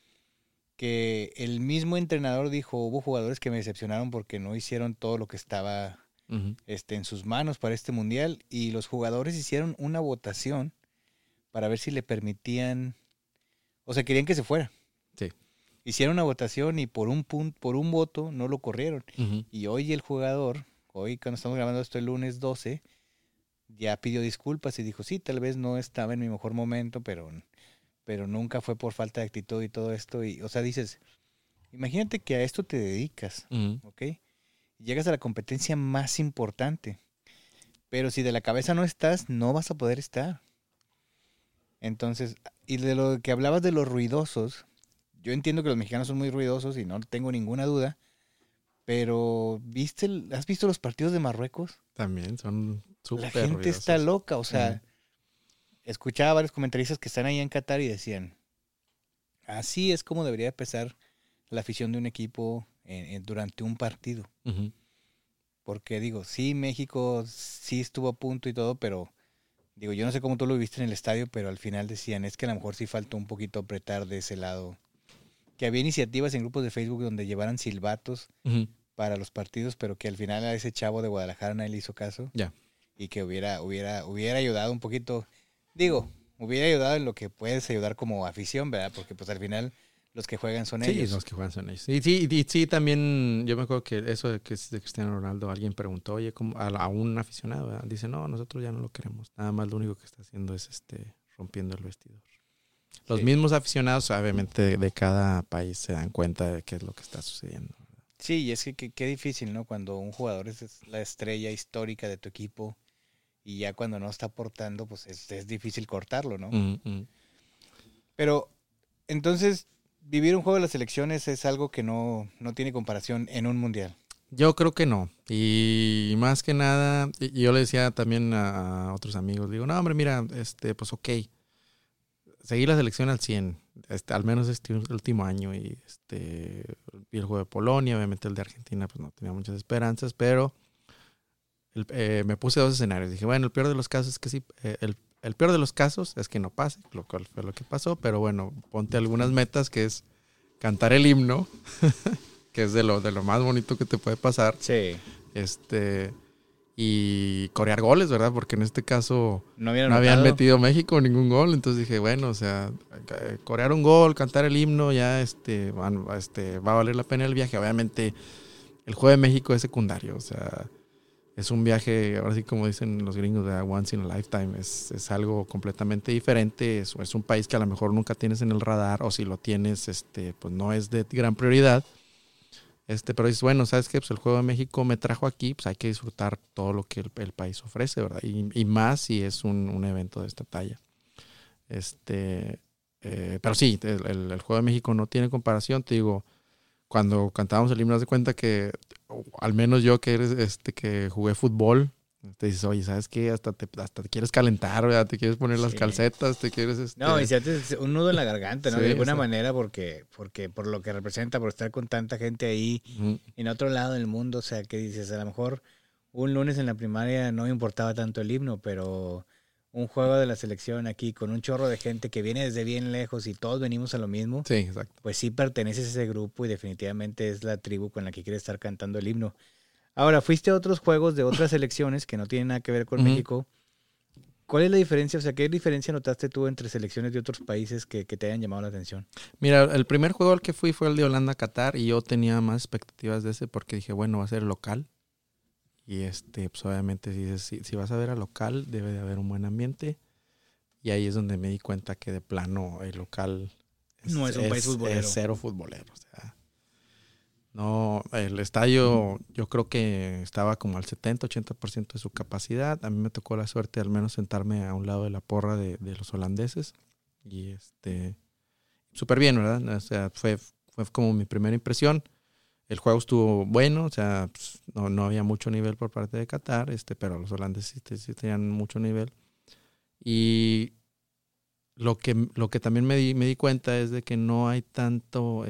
que el mismo entrenador dijo, hubo jugadores que me decepcionaron porque no hicieron todo lo que estaba Ujú. en sus manos para este mundial y los jugadores hicieron una votación para ver si le permitían, o sea, querían que se fuera. Sí. Hicieron una votación y por un voto no lo corrieron. Ujú. Y hoy el jugador, hoy cuando estamos grabando esto el lunes 12, ya pidió disculpas y dijo, sí, tal vez no estaba en mi mejor momento, pero nunca fue por falta de actitud y todo esto. Y, o sea, dices, imagínate que a esto te dedicas, Ujú. ¿ok? Llegas a la competencia más importante, pero si de la cabeza no estás, no vas a poder estar. Entonces, y de lo que hablabas de los ruidosos, yo entiendo que los mexicanos son muy ruidosos y no tengo ninguna duda, pero ¿has visto los partidos de Marruecos? También son La súper gente está ruidosos. loca, o Ujú. sea, escuchaba a varios comentaristas que están ahí en Qatar y decían, así es como debería empezar la afición de un equipo durante un partido. Ujú. Porque digo, sí, México sí estuvo a punto y todo, pero digo, yo no sé cómo tú lo viste en el estadio, pero al final decían, es que a lo mejor sí faltó un poquito apretar de ese lado. Que había iniciativas en grupos de Facebook donde llevaran silbatos Ujú. para los partidos, pero que al final a ese chavo de Guadalajara nadie le hizo caso Ya. y que hubiera ayudado un poquito. Digo, hubiera ayudado en lo que puedes ayudar como afición, ¿verdad? Porque pues al final los que juegan son Sí, ellos. los que juegan son ellos. Y sí, también yo me acuerdo que eso de que es de Cristiano Ronaldo, alguien preguntó, oye, ¿cómo? A un aficionado, ¿verdad? Dice, no, nosotros ya no lo queremos. Nada más lo único que está haciendo es rompiendo el vestidor. Los Sí. mismos aficionados, obviamente, de cada país se dan cuenta de qué es lo que está sucediendo. Sí, y es que qué difícil, ¿no? Cuando un jugador es la estrella histórica de tu equipo y ya cuando no está aportando, pues es difícil cortarlo, ¿no? Mm, mm. Pero entonces, vivir un juego de las elecciones es algo que no tiene comparación en un mundial. Yo creo que no. Y más que nada, y yo le decía también a otros amigos, digo, no, hombre, mira, pues ok, seguir la selección al 100, al menos este último año, y vi el juego de Polonia, obviamente el de Argentina, pues no tenía muchas esperanzas, pero me puse dos escenarios. Dije, bueno, el peor de los casos es que sí, el peor de los casos es que no pase, lo cual fue lo que pasó, pero bueno, ponte algunas metas, que es cantar el himno, que es de lo más bonito que te puede pasar. Sí. Y corear goles, ¿verdad? Porque en este caso No hubiera no habían notado. metido México ningún gol. Entonces dije, bueno, o sea, corear un gol, cantar el himno, ya va a valer la pena el viaje. Obviamente, el juego de México es secundario, o sea, es un viaje, ahora sí como dicen los gringos, de once in a lifetime. Es algo completamente diferente. Es un país que a lo mejor nunca tienes en el radar, o si lo tienes, pues no es de gran prioridad. Pero dices, bueno, ¿sabes qué? Pues el Juego de México me trajo aquí, pues hay que disfrutar todo lo que el país ofrece, ¿verdad? Y más si es un evento de esta talla. Pero sí, el Juego de México no tiene comparación. Te digo, cuando cantábamos el himno, haz de cuenta que, al menos yo que jugué fútbol, te dices, oye, ¿sabes qué? Hasta te quieres calentar, ¿verdad? Te quieres poner las Sí. calcetas, te quieres... No, y se hace un nudo en la garganta, ¿no? Sí, De alguna o sea, manera, porque por lo que representa, por estar con tanta gente ahí en otro lado del mundo, o sea, que dices, a lo mejor un lunes en la primaria no me importaba tanto el himno, pero un juego de la selección aquí con un chorro de gente que viene desde bien lejos y todos venimos a lo mismo, sí, exacto. pues sí perteneces a ese grupo y definitivamente es la tribu con la que quieres estar cantando el himno. Ahora, fuiste a otros juegos de otras selecciones que no tienen nada que ver con México. ¿Cuál es la diferencia? O sea, ¿qué diferencia notaste tú entre selecciones de otros países que te hayan llamado la atención? Mira, el primer juego al que fui fue el de Holanda-Qatar, y yo tenía más expectativas de ese porque dije, bueno, va a ser local. Y pues obviamente si vas a ver al local, debe de haber un buen ambiente. Y ahí es donde me di cuenta que de plano el local No es un país futbolero. es cero futbolero. O sea, no, el estadio yo creo que estaba como al 70-80% de su capacidad. A mí me tocó la suerte al menos sentarme a un lado de la porra de los holandeses. Y súper bien, ¿verdad? O sea, fue como mi primera impresión. El juego estuvo bueno, o sea, pues, no había mucho nivel por parte de Qatar, pero los holandeses sí tenían mucho nivel. Y lo que también me di cuenta es de que no hay tanto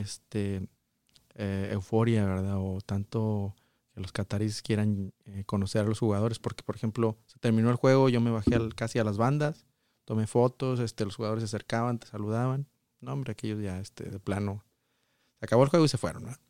euforia, ¿verdad? O tanto que los cataríes quieran conocer a los jugadores, porque, por ejemplo, se terminó el juego, yo me bajé casi a las bandas, tomé fotos, los jugadores se acercaban, te saludaban. No, hombre, aquellos ya, de plano, se acabó el juego y se fueron, ¿no?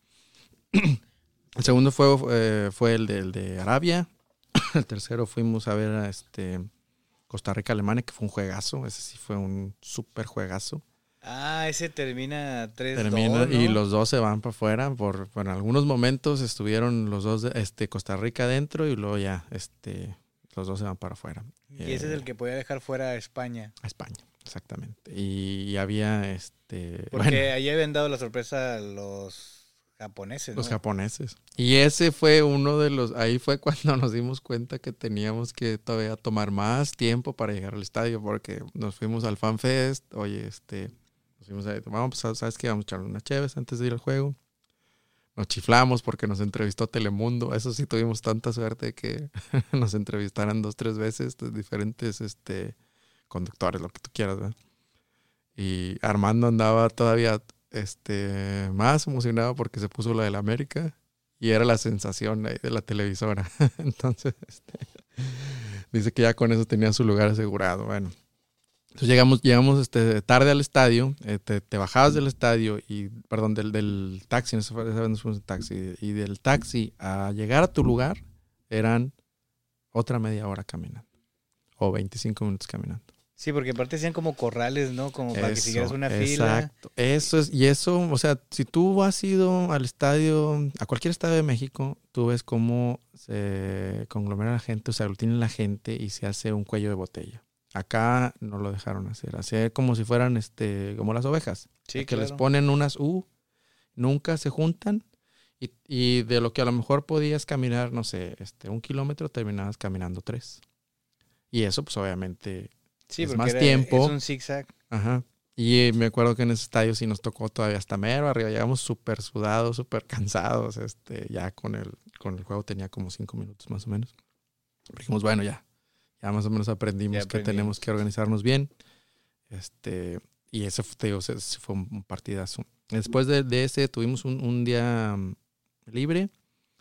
El segundo fue el de Arabia. El tercero fuimos a ver a Costa Rica-Alemania, que fue un juegazo. Ese sí fue un súper juegazo. Ese termina 3-2, Termina, ¿no? Y ¿no? los dos se van para afuera. Por algunos momentos estuvieron los dos, Costa Rica adentro y luego ya, los dos se van para afuera. Y ese es el que podía dejar fuera a España. A España, exactamente. Y había, Porque ahí habían dado la sorpresa a los japoneses, ¿no? Los japoneses. Y ese fue uno de los... Ahí fue cuando nos dimos cuenta que teníamos que todavía tomar más tiempo para llegar al estadio, porque nos fuimos al Fan Fest. Oye, nos fuimos a... Vamos, ¿sabes qué? Vamos a echarle unas cheves antes de ir al juego. Nos chiflamos porque nos entrevistó Telemundo. Eso sí, tuvimos tanta suerte que nos entrevistaran 2-3 veces de diferentes conductores, lo que tú quieras, ¿verdad? Y Armando andaba todavía más emocionado porque se puso la del América y era la sensación ahí de la televisora. Entonces, dice que ya con eso tenía su lugar asegurado. Bueno, entonces llegamos tarde al estadio, te bajabas del estadio y, perdón, del taxi, esa vez nos fuimos en taxi, y del taxi a llegar a tu lugar eran otra media hora caminando o 25 minutos caminando. Sí, porque aparte hacían como corrales, ¿no? Como para que siguieras una fila. Exacto. Eso es, y eso, o sea, si tú has ido al estadio, a cualquier estadio de México, tú ves cómo se conglomera la gente, o sea, aglutina la gente y se hace un cuello de botella. Acá no lo dejaron hacer como si fueran como las ovejas. Sí, que claro. les ponen unas nunca se juntan y de lo que a lo mejor podías caminar, no sé, 1 kilómetro, terminabas caminando 3. Y eso, pues obviamente... Sí, es porque más tiempo. es un zigzag. Ajá. Y me acuerdo que en ese estadio sí nos tocó todavía hasta mero arriba. Llegamos súper sudados, súper cansados. Ya con el juego tenía como 5 minutos más o menos. Dijimos, bueno, ya más o menos aprendimos que tenemos que organizarnos bien. Y ese fue un partidazo. Después de ese tuvimos un día libre.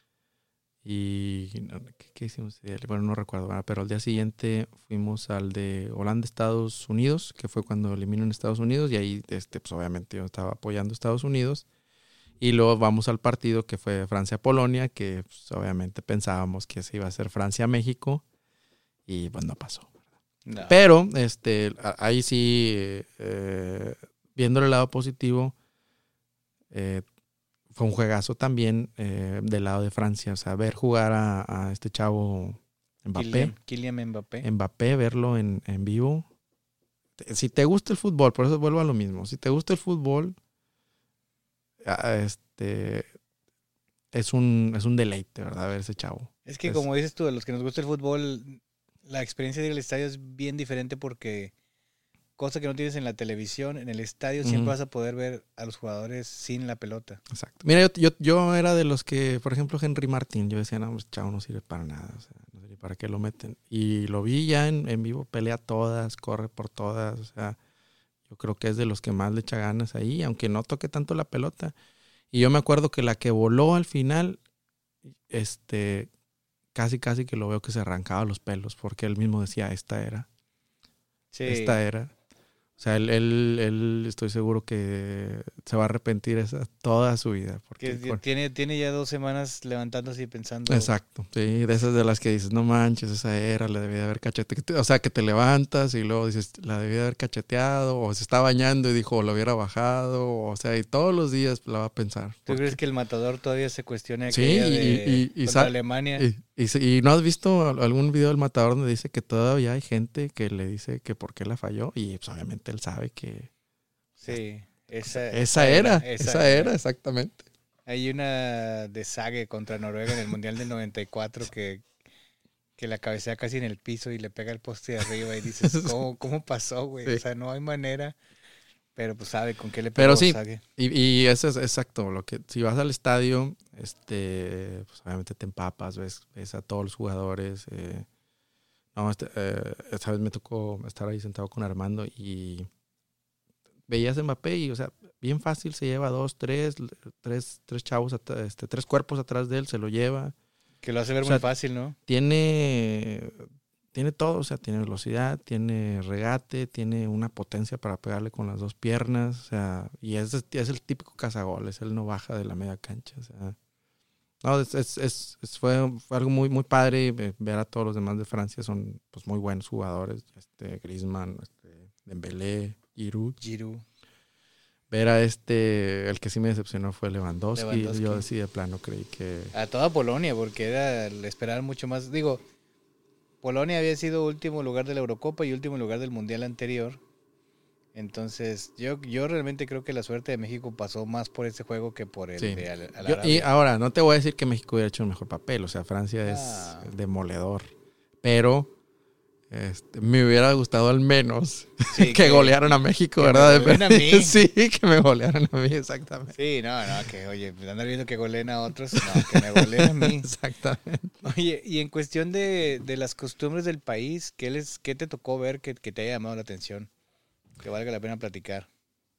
Y ¿qué hicimos? Bueno, no recuerdo, ¿verdad? Pero al día siguiente fuimos al de Holanda-Estados Unidos, que fue cuando eliminaron Estados Unidos, y ahí pues obviamente yo estaba apoyando a Estados Unidos. Y luego vamos al partido que fue Francia-Polonia, que pues, obviamente pensábamos que se iba a hacer Francia-México, y pues no pasó. No. Pero ahí sí, viendo el lado positivo, fue un juegazo también del lado de Francia. O sea, ver jugar a este chavo Mbappé. Kylian Mbappé. Mbappé, verlo en vivo. Si te gusta el fútbol, por eso vuelvo a lo mismo. Si te gusta el fútbol, es un deleite, ¿verdad? Ver ese chavo. Es que como dices tú, a los que nos gusta el fútbol, la experiencia de ir al estadio es bien diferente porque... cosa que no tienes en la televisión, en el estadio siempre vas a poder ver a los jugadores sin la pelota. Exacto. Mira, yo era de los que, por ejemplo, Henry Martín, yo decía, no, pues chavo no sirve para nada, o sea, no sé ni para qué lo meten. Y lo vi ya en vivo, pelea todas, corre por todas, o sea, yo creo que es de los que más le echa ganas ahí, aunque no toque tanto la pelota. Y yo me acuerdo que la que voló al final, casi que lo veo que se arrancaba los pelos, porque él mismo decía, esta era. Sí. Esta era. O sea, él estoy seguro que se va a arrepentir toda su vida. Porque tiene ya 2 semanas levantándose y pensando. Exacto, sí, de esas de las que dices, no manches, esa era, la debía de haber cacheteado. O sea, que te levantas y luego dices, la debía de haber cacheteado, o se está bañando y dijo, lo hubiera bajado, o sea, y todos los días la va a pensar. ¿Tú crees que el matador todavía se cuestiona sí, contra Alemania? Y ¿no has visto algún video del matador donde dice que todavía hay gente que le dice que por qué la falló? Y pues obviamente él sabe que... Sí, esa era, exactamente. Hay una de Sague contra Noruega en el Mundial del 94 que la cabecea casi en el piso y le pega el poste de arriba y dices, ¿cómo pasó, güey? Sí. O sea, no hay manera. Pero pues sabe con qué le pegó. Pero sí, sabe. y eso es exacto, lo que si vas al estadio, pues obviamente te empapas, ves a todos los jugadores. No, esta vez me tocó estar ahí sentado con Armando y veías a Mbappé y, o sea, bien fácil, se lleva tres chavos, tres cuerpos atrás de él, se lo lleva. Que lo hace ver O sea, muy fácil, ¿no? Tiene todo, o sea, tiene velocidad, tiene regate, tiene una potencia para pegarle con las dos piernas, o sea, y es el típico cazagoles, él no baja de la media cancha, o sea. No, fue algo muy, muy padre ver a todos los demás de Francia, son pues muy buenos jugadores, Griezmann, Dembélé, Giroud. Ver a el que sí me decepcionó fue Lewandowski. Yo sí de plano creí que... A toda Polonia, porque era esperar mucho más. Digo, Polonia había sido último lugar de la Eurocopa y último lugar del Mundial anterior. Entonces, yo realmente creo que la suerte de México pasó más por ese juego que por el de Arabia. Y ahora, no te voy a decir que México hubiera hecho un mejor papel. O sea, Francia es demoledor. Pero me hubiera gustado al menos que golearan a México, ¿verdad? Que me a mí. Sí, que me golearan a mí, exactamente. Sí, no, que oye, andar viendo que goleen a otros, no, que me goleen a mí. Exactamente. Oye, y en cuestión de las costumbres del país, ¿qué te tocó ver que te haya llamado la atención? Que valga la pena platicar.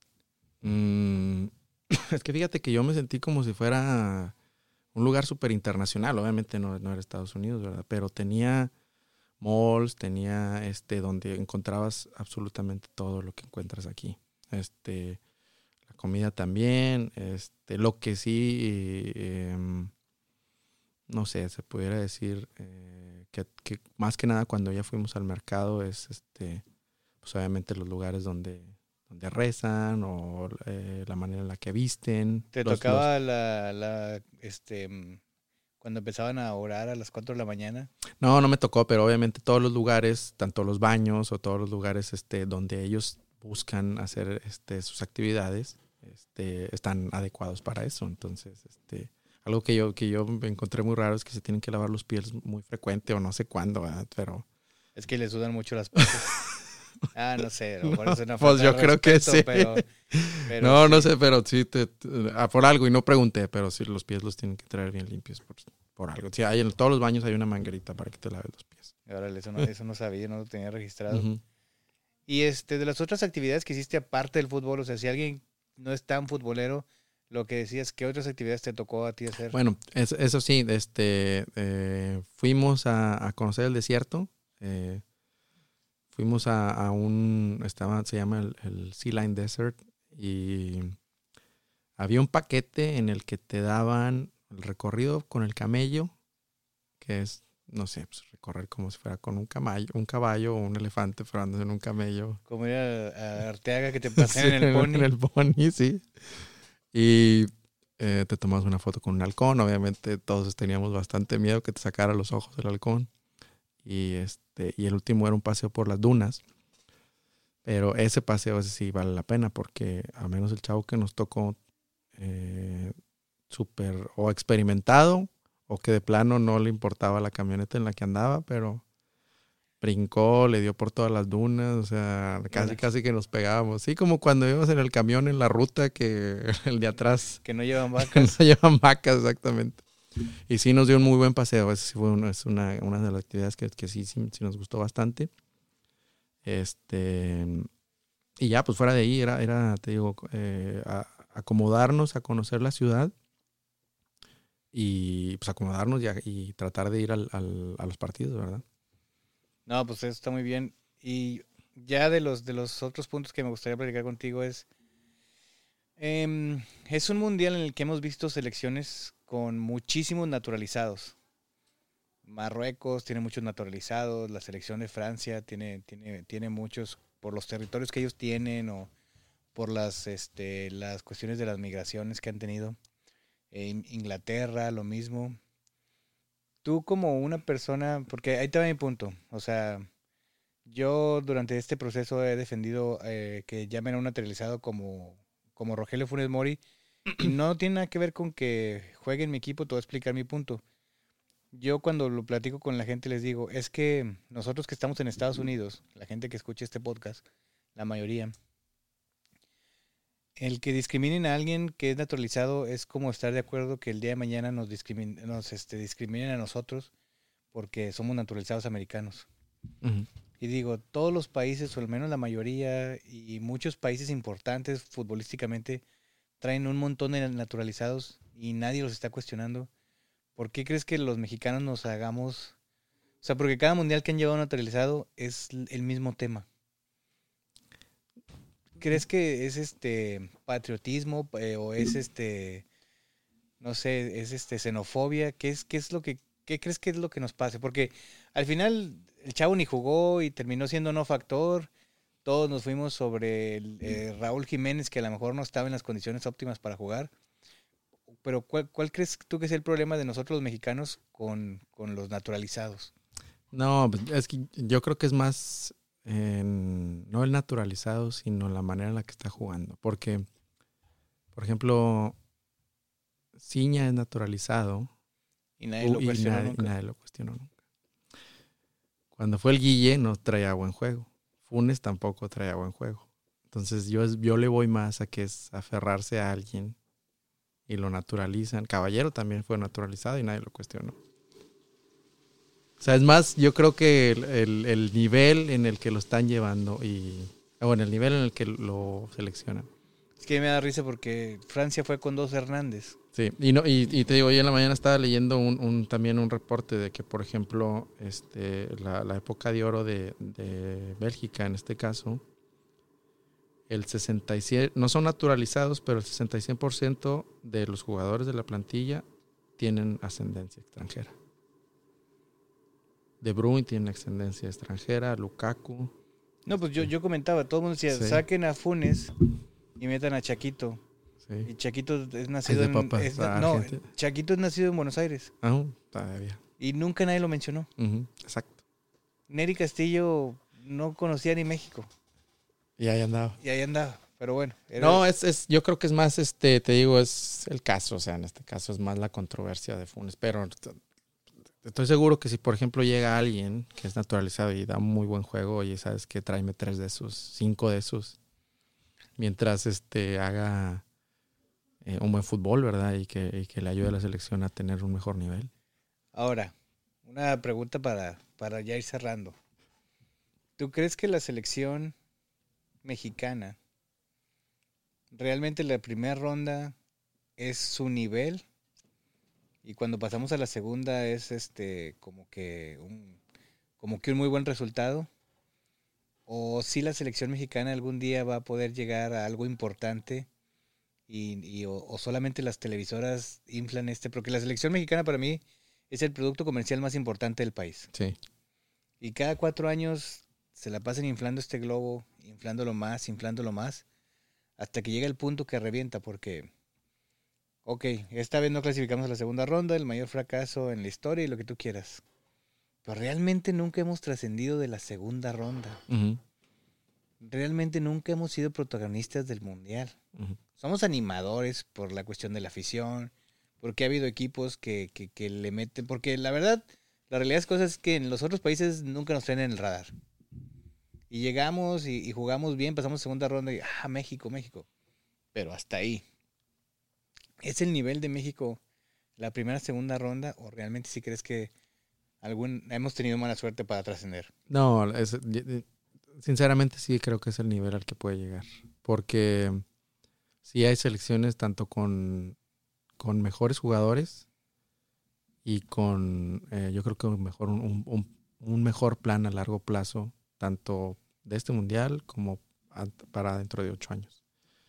Es que fíjate que yo me sentí como si fuera un lugar súper internacional. Obviamente no era Estados Unidos, ¿verdad? Pero tenía malls, tenía donde encontrabas absolutamente todo lo que encuentras aquí. La comida también, lo que sí, no sé, se pudiera decir que más que nada cuando ya fuimos al mercado es pues obviamente los lugares donde rezan o la manera en la que visten. ¿Te tocaba cuando empezaban a orar a las 4 de la mañana? No me tocó, pero obviamente todos los lugares, tanto los baños o todos los lugares donde ellos buscan hacer sus actividades, están adecuados para eso. Entonces, algo que yo me encontré muy raro es que se tienen que lavar los pies muy frecuente o no sé cuándo, ¿verdad? Pero es que le sudan mucho las patas. No sé, a lo mejor es una pues yo creo que sí. Pero no, sí. No sé, pero sí, por algo, y no pregunté, pero sí los pies los tienen que traer bien limpios por algo. Sí, en todos los baños hay una manguerita para que te laves los pies. Órale, eso no sabía, no lo tenía registrado. Uh-huh. Y de las otras actividades que hiciste aparte del fútbol, o sea, si alguien no es tan futbolero, lo que decías, ¿qué otras actividades te tocó a ti hacer? Bueno, eso sí, fuimos a conocer el desierto. Fuimos a se llama el Sea Line Desert, y había un paquete en el que te daban el recorrido con el camello, que es, no sé, pues recorrer como si fuera con un caballo o un elefante, pero andas en un camello. Como ir a Arteaga que te pasen en el pony. En el pony, sí. Y te tomas una foto con un halcón. Obviamente todos teníamos bastante miedo que te sacara los ojos el halcón. Y el último era un paseo por las dunas. Pero ese paseo sí vale la pena, porque al menos el chavo que nos tocó súper o experimentado, o que de plano no le importaba la camioneta en la que andaba, pero brincó, le dio por todas las dunas, o sea, casi que nos pegábamos. Sí, como cuando íbamos en el camión en la ruta, que el de atrás... Que no llevan vacas. No llevan vacas, exactamente. Y sí nos dio un muy buen paseo. Esa sí fue una de las actividades que sí nos gustó bastante. Y ya, pues fuera de ahí era te digo, acomodarnos a conocer la ciudad y pues acomodarnos y tratar de ir a los partidos, ¿verdad? No, pues eso está muy bien. Y ya de los otros puntos que me gustaría platicar contigo es un mundial en el que hemos visto selecciones con muchísimos naturalizados. Marruecos tiene muchos naturalizados, la selección de Francia tiene muchos por los territorios que ellos tienen o por las cuestiones de las migraciones que han tenido. Inglaterra, lo mismo. Tú como una persona, porque ahí te va mi punto, o sea, yo durante este proceso he defendido que llamen a un naturalizado como Rogelio Funes Mori, y no tiene nada que ver con que juegue en mi equipo, te voy a explicar mi punto. Yo cuando lo platico con la gente les digo, es que nosotros que estamos en Estados Unidos, la gente que escucha este podcast, la mayoría, El que discriminen a alguien que es naturalizado es como estar de acuerdo que el día de mañana discriminen a nosotros porque somos naturalizados americanos. Ujú. Y digo, todos los países, o al menos la mayoría, y muchos países importantes futbolísticamente, traen un montón de naturalizados y nadie los está cuestionando. ¿Por qué crees que los mexicanos nos hagamos? O sea, porque cada mundial que han llevado naturalizado es el mismo tema. ¿Crees que es patriotismo o es no sé, es xenofobia? ¿Qué es lo que qué crees que es lo que nos pase? Porque al final el chavo ni jugó y terminó siendo no factor. Todos nos fuimos sobre Raúl Jiménez, que a lo mejor no estaba en las condiciones óptimas para jugar. Pero ¿cuál crees tú que es el problema de nosotros los mexicanos con los naturalizados? No, pues, es que yo creo que es más no el naturalizado, sino la manera en la que está jugando. Porque, por ejemplo, Ciña es naturalizado Y nadie lo cuestionó y nunca. nadie lo cuestionó nunca. Cuando fue el Guille no traía buen juego. Funes tampoco traía buen juego. Entonces yo le voy más a que es aferrarse a alguien y lo naturalizan. Caballero también fue naturalizado y nadie lo cuestionó. O sea, es más, yo creo que el nivel en el que lo están llevando o en el nivel en el que lo seleccionan. Es que me da risa porque Francia fue con dos Hernández. Sí, y te digo, hoy en la mañana estaba leyendo también un reporte de que, por ejemplo, la época de oro de Bélgica, en este caso, el 67, no son naturalizados, pero el 66% de los jugadores de la plantilla tienen ascendencia extranjera. De Bruyne tiene ascendencia extranjera, Lukaku. No, pues yo comentaba, todo el mundo decía, Sí. saquen a Funes y metan a Chaquito. Sí. Y Chaquito es nacido Es de en... papas, no, Argentina. Chaquito es nacido en Buenos Aires. Todavía. Y nunca nadie lo mencionó. Exacto. Nery Castillo no conocía ni México. Y ahí andaba. Y ahí andaba. Pero bueno. No, yo creo que es más, te digo, es el caso. O sea, en este caso es más la controversia de Funes. Pero estoy seguro que si, por ejemplo, llega alguien que es naturalizado y da muy buen juego, oye, ¿sabes qué? Tráeme 3 de esos, 5 de esos. Mientras haga un buen fútbol, ¿verdad? Y que le ayude a la selección a tener un mejor nivel. Ahora, una pregunta para ya ir cerrando. ¿Tú crees que la selección mexicana realmente la primera ronda es su nivel? Y cuando pasamos a la segunda es como que un muy buen resultado. ¿O si la selección mexicana algún día va a poder llegar a algo importante o solamente las televisoras inflan porque la selección mexicana para mí es el producto comercial más importante del país. Sí. Y cada 4 años se la pasan inflando este globo, inflándolo más, hasta que llega el punto que revienta porque, ok, esta vez no clasificamos a la segunda ronda, el mayor fracaso en la historia y lo que tú quieras. Pero realmente nunca hemos trascendido de la segunda ronda. Uh-huh. Realmente nunca hemos sido protagonistas del mundial. Uh-huh. Somos animadores por la cuestión de la afición, porque ha habido equipos que le meten, porque la verdad, la realidad es cosas que en los otros países nunca nos traen en el radar. Y llegamos y jugamos bien, pasamos segunda ronda y México. Pero hasta ahí. ¿Es el nivel de México la primera, segunda ronda o realmente si crees que hemos tenido mala suerte para trascender? No, sinceramente sí creo que es el nivel al que puede llegar. Porque sí hay selecciones tanto con mejores jugadores y con, yo creo que un mejor plan a largo plazo, tanto de este mundial como para dentro de 8 años.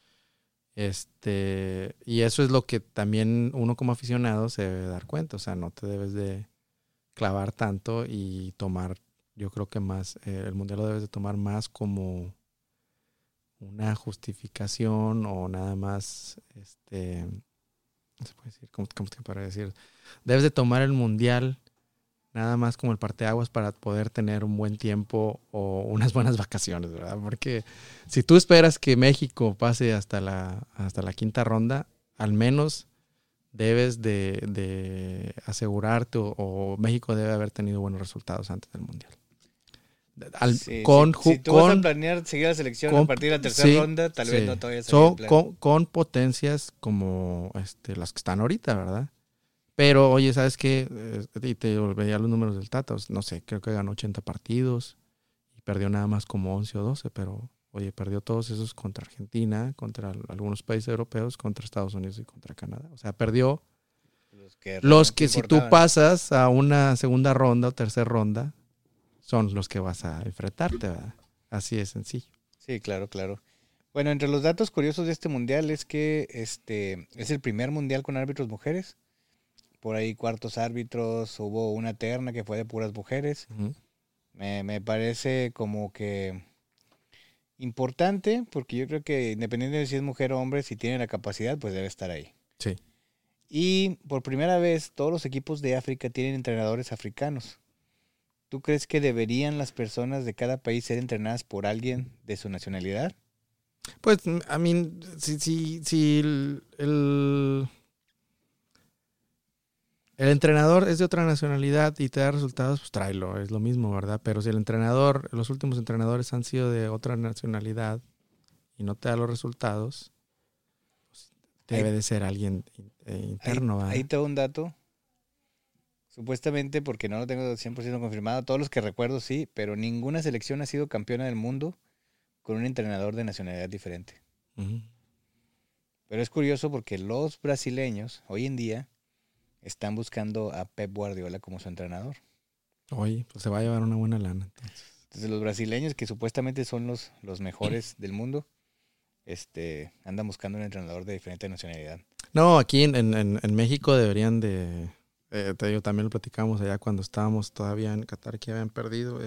Y eso es lo que también uno como aficionado se debe dar cuenta. O sea, no te debes de clavar tanto y tomar, yo creo que más, el mundial lo debes de tomar más como una justificación o nada más, no se puede decir, ¿cómo para decir? Debes de tomar el mundial nada más como el parteaguas para poder tener un buen tiempo o unas buenas vacaciones, ¿verdad? Porque si tú esperas que México pase hasta la quinta ronda, al menos debes de asegurarte o México debe haber tenido buenos resultados antes del mundial. Sí, si tú vas a planear seguir la selección a partir de la tercera ronda, tal vez no todavía salga el plan. Con potencias como las que están ahorita, ¿verdad? Pero, oye, ¿sabes qué? Y te veía los números del Tata. No sé, creo que ganó 80 partidos y perdió nada más como 11 o 12, pero, oye, perdió todos esos contra Argentina, contra algunos países europeos, contra Estados Unidos y contra Canadá. O sea, perdió los que si tú pasas a una segunda ronda o tercera ronda, son los que vas a enfrentarte, ¿verdad? Así de sencillo. Sí, claro. Bueno, entre los datos curiosos de este mundial es que es el primer mundial con árbitros mujeres. Por ahí cuartos árbitros, hubo una terna que fue de puras mujeres. Uh-huh. Me parece como que importante, porque yo creo que independientemente de si es mujer o hombre, si tiene la capacidad, pues debe estar ahí. Sí. Y por primera vez, todos los equipos de África tienen entrenadores africanos. ¿Tú crees que deberían las personas de cada país ser entrenadas por alguien de su nacionalidad? Pues, a mí, si el entrenador es de otra nacionalidad y te da resultados, pues tráelo, es lo mismo, ¿verdad? Pero si los últimos entrenadores han sido de otra nacionalidad y no te da los resultados, pues debe de ser alguien interno, ¿verdad? Ahí tengo un dato. Supuestamente, porque no lo tengo 100% confirmado, todos los que recuerdo sí, pero ninguna selección ha sido campeona del mundo con un entrenador de nacionalidad diferente. Uh-huh. Pero es curioso porque los brasileños hoy en día están buscando a Pep Guardiola como su entrenador. Oye, pues se va a llevar una buena lana. Entonces los brasileños, que supuestamente son los mejores del mundo, andan buscando un entrenador de diferente nacionalidad. No, aquí en México deberían de... te digo, también lo platicamos allá cuando estábamos todavía en Qatar, que habían perdido,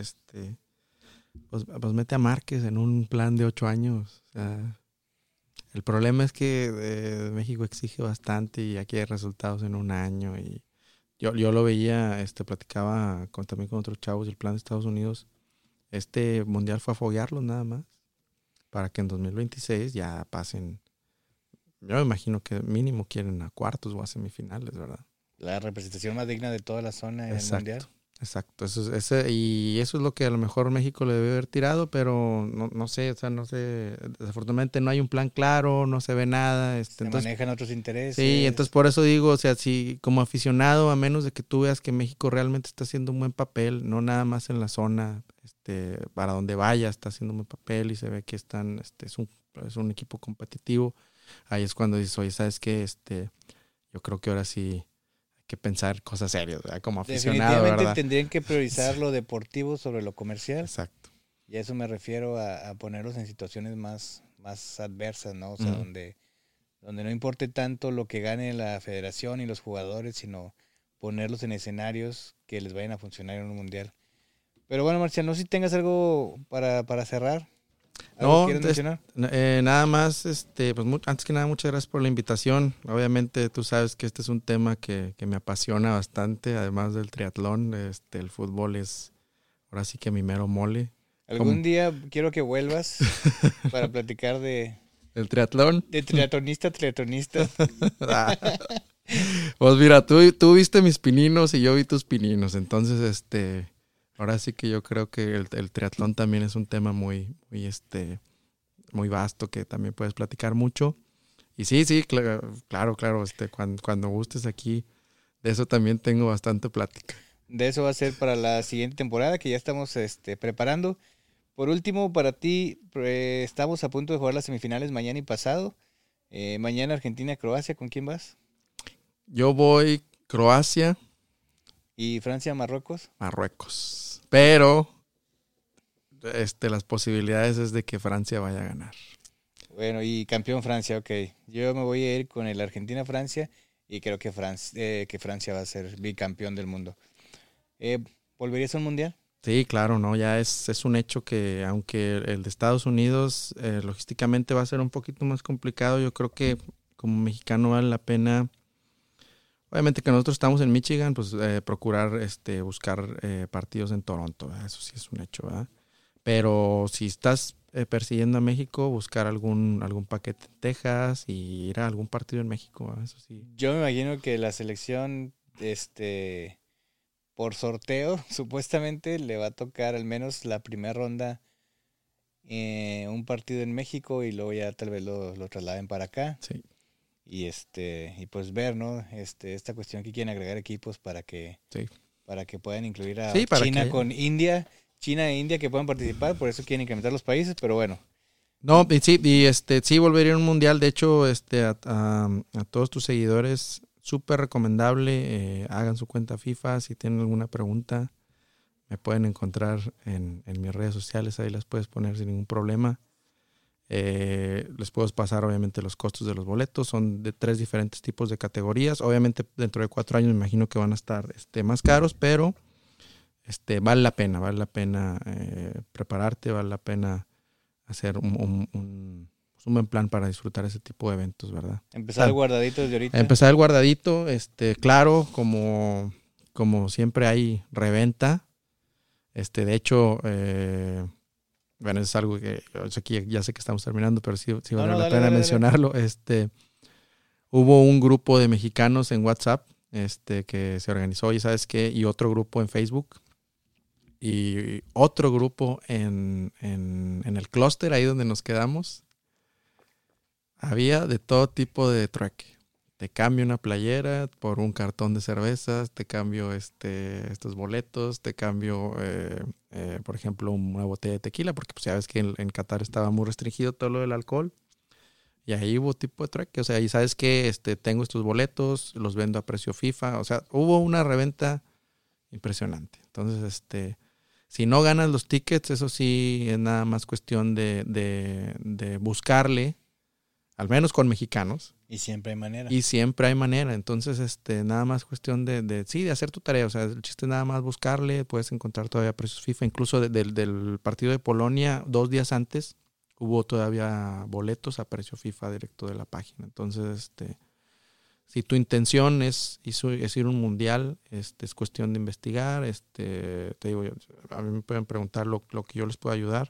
pues mete a Márquez en un plan de 8 años. O sea, el problema es que México exige bastante y aquí hay resultados en un año. Y yo lo veía, platicaba también con otros chavos, y el plan de Estados Unidos, este mundial fue a foguearlos nada más, para que en 2026 ya pasen. Yo me imagino que mínimo quieren a cuartos o a semifinales, ¿verdad? La representación más digna de toda la zona en el mundial. Exacto, y eso es lo que a lo mejor México le debe haber tirado, pero no sé, desafortunadamente no hay un plan claro, no se ve nada. Entonces, manejan otros intereses. Sí, entonces por eso digo, o sea, si como aficionado, a menos de que tú veas que México realmente está haciendo un buen papel, no nada más en la zona, para donde vaya está haciendo un buen papel y se ve que es un equipo competitivo, ahí es cuando dices, oye, ¿sabes qué? Yo creo que ahora sí que pensar cosas serias, ¿verdad? Como aficionado, definitivamente, ¿verdad? Tendrían que priorizar lo deportivo sobre lo comercial. Exacto. Y a eso me refiero a ponerlos en situaciones más adversas, ¿no? O sea, donde no importe tanto lo que gane la federación y los jugadores, sino ponerlos en escenarios que les vayan a funcionar en un mundial. Pero bueno, Marcial, no sé si tengas algo para cerrar. No, ¿Quieres mencionar? Nada más, pues antes que nada, muchas gracias por la invitación. Obviamente tú sabes que este es un tema que me apasiona bastante, además del triatlón, el fútbol es ahora sí que mi mero mole. Algún día quiero que vuelvas para platicar de... ¿El triatlón? De triatlonista. Pues mira, tú viste mis pininos y yo vi tus pininos, entonces ahora sí que yo creo que el triatlón también es un tema muy vasto que también puedes platicar mucho. Y sí, claro, cuando gustes aquí, de eso también tengo bastante plática. De eso va a ser para la siguiente temporada que ya estamos preparando. Por último, para ti, estamos a punto de jugar las semifinales mañana y pasado. Mañana Argentina-Croacia, ¿con quién vas? Yo voy Croacia. ¿Y Francia-Marruecos? Marruecos. Pero las posibilidades es de que Francia vaya a ganar. Bueno, y campeón Francia, ok. Yo me voy a ir con el Argentina-Francia y creo que Francia va a ser bicampeón del mundo. ¿Volverías a un mundial? Sí, claro, no, ya es un hecho que aunque el de Estados Unidos logísticamente va a ser un poquito más complicado, yo creo que como mexicano vale la pena, obviamente que nosotros estamos en Michigan, pues procurar buscar partidos en Toronto, ¿verdad? Eso sí es un hecho, ¿verdad? Pero si estás persiguiendo a México, buscar algún paquete en Texas y ir a algún partido en México, ¿verdad? Eso sí. Yo me imagino que la selección por sorteo, supuestamente le va a tocar al menos la primera ronda un partido en México y luego ya tal vez lo trasladen para acá. Sí. Y pues ver, ¿no? Esta cuestión que quieren agregar equipos para que puedan incluir a China con India, China e India que puedan participar, por eso quieren incrementar los países, pero bueno. No, sí volvería a un mundial, de hecho, a todos tus seguidores, súper recomendable, hagan su cuenta FIFA, si tienen alguna pregunta, me pueden encontrar en mis redes sociales, ahí las puedes poner sin ningún problema. Les puedo pasar obviamente los costos de los boletos, son de 3 diferentes tipos de categorías, obviamente dentro de 4 años me imagino que van a estar más caros, pero vale la pena prepararte, vale la pena hacer un buen plan para disfrutar ese tipo de eventos, ¿verdad? Empezar el guardadito desde ahorita. Empezar el guardadito, claro, como siempre hay reventa, de hecho, bueno, es algo que aquí ya sé que estamos terminando, pero sí vale la pena mencionarlo. Hubo un grupo de mexicanos en WhatsApp que se organizó, y ¿sabes qué? Y otro grupo en Facebook. Y otro grupo en el clúster, ahí donde nos quedamos. Había de todo tipo de trueque. Te cambio una playera por un cartón de cervezas, te cambio estos boletos, te cambio, por ejemplo, una botella de tequila, porque pues ya ves que en Qatar estaba muy restringido todo lo del alcohol. Y ahí hubo tipo de trueque. O sea, y sabes que tengo estos boletos, los vendo a precio FIFA. O sea, hubo una reventa impresionante. Entonces, si no ganas los tickets, eso sí es nada más cuestión de buscarle, al menos con mexicanos. Y siempre hay manera. Entonces, nada más cuestión de hacer tu tarea. O sea, el chiste es nada más buscarle. Puedes encontrar todavía precios FIFA. Incluso del partido de Polonia, 2 días antes, hubo todavía boletos a precio FIFA directo de la página. Entonces, si tu intención es ir a un mundial, es cuestión de investigar. Te digo, a mí me pueden preguntar lo que yo les pueda ayudar,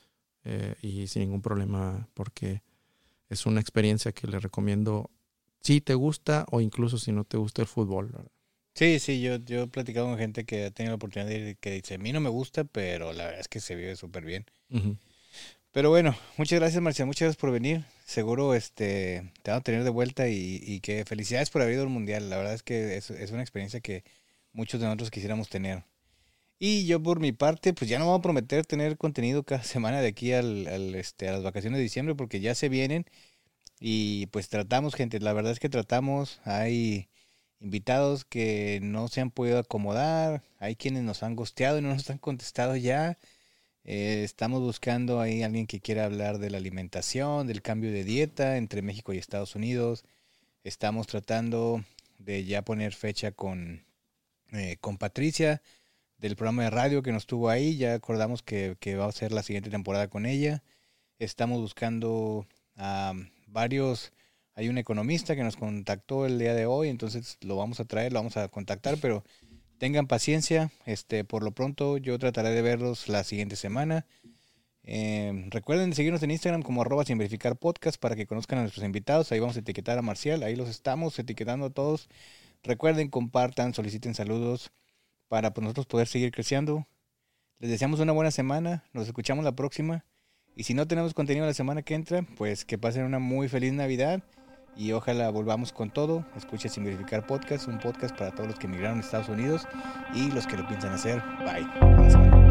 y sin ningún problema, porque es una experiencia que les recomiendo si te gusta o incluso si no te gusta el fútbol, ¿verdad? Sí, yo he platicado con gente que ha tenido la oportunidad de ir, que dice, a mí no me gusta, pero la verdad es que se vive súper bien. Uh-huh. Pero bueno, muchas gracias, Marcia, muchas gracias por venir. Seguro te van a tener de vuelta y que felicidades por haber ido al mundial. La verdad es que es una experiencia que muchos de nosotros quisiéramos tener. Y yo por mi parte, pues ya no vamos a prometer tener contenido cada semana de aquí a las vacaciones de diciembre, porque ya se vienen y pues tratamos, gente, la verdad es que tratamos, hay invitados que no se han podido acomodar, hay quienes nos han ghosteado y no nos han contestado ya. Estamos buscando ahí alguien que quiera hablar de la alimentación, del cambio de dieta entre México y Estados Unidos. Estamos tratando de ya poner fecha con Patricia del programa de radio que nos tuvo ahí. Ya acordamos que va a ser la siguiente temporada con ella. Estamos buscando a varios. Hay un economista que nos contactó el día de hoy, entonces lo vamos a traer, lo vamos a contactar, pero tengan paciencia. Por lo pronto yo trataré de verlos la siguiente semana. Recuerden seguirnos en Instagram como @sinverificarpodcast para que conozcan a nuestros invitados. Ahí vamos a etiquetar a Marcial, ahí los estamos etiquetando a todos. Recuerden, compartan, soliciten saludos para nosotros poder seguir creciendo. Les deseamos una buena semana, nos escuchamos la próxima. Y si no tenemos contenido la semana que entra, pues que pasen una muy feliz Navidad y ojalá volvamos con todo. Escucha Sin Verificar Podcast, un podcast para todos los que emigraron a Estados Unidos y los que lo piensan hacer. Bye. Buena semana.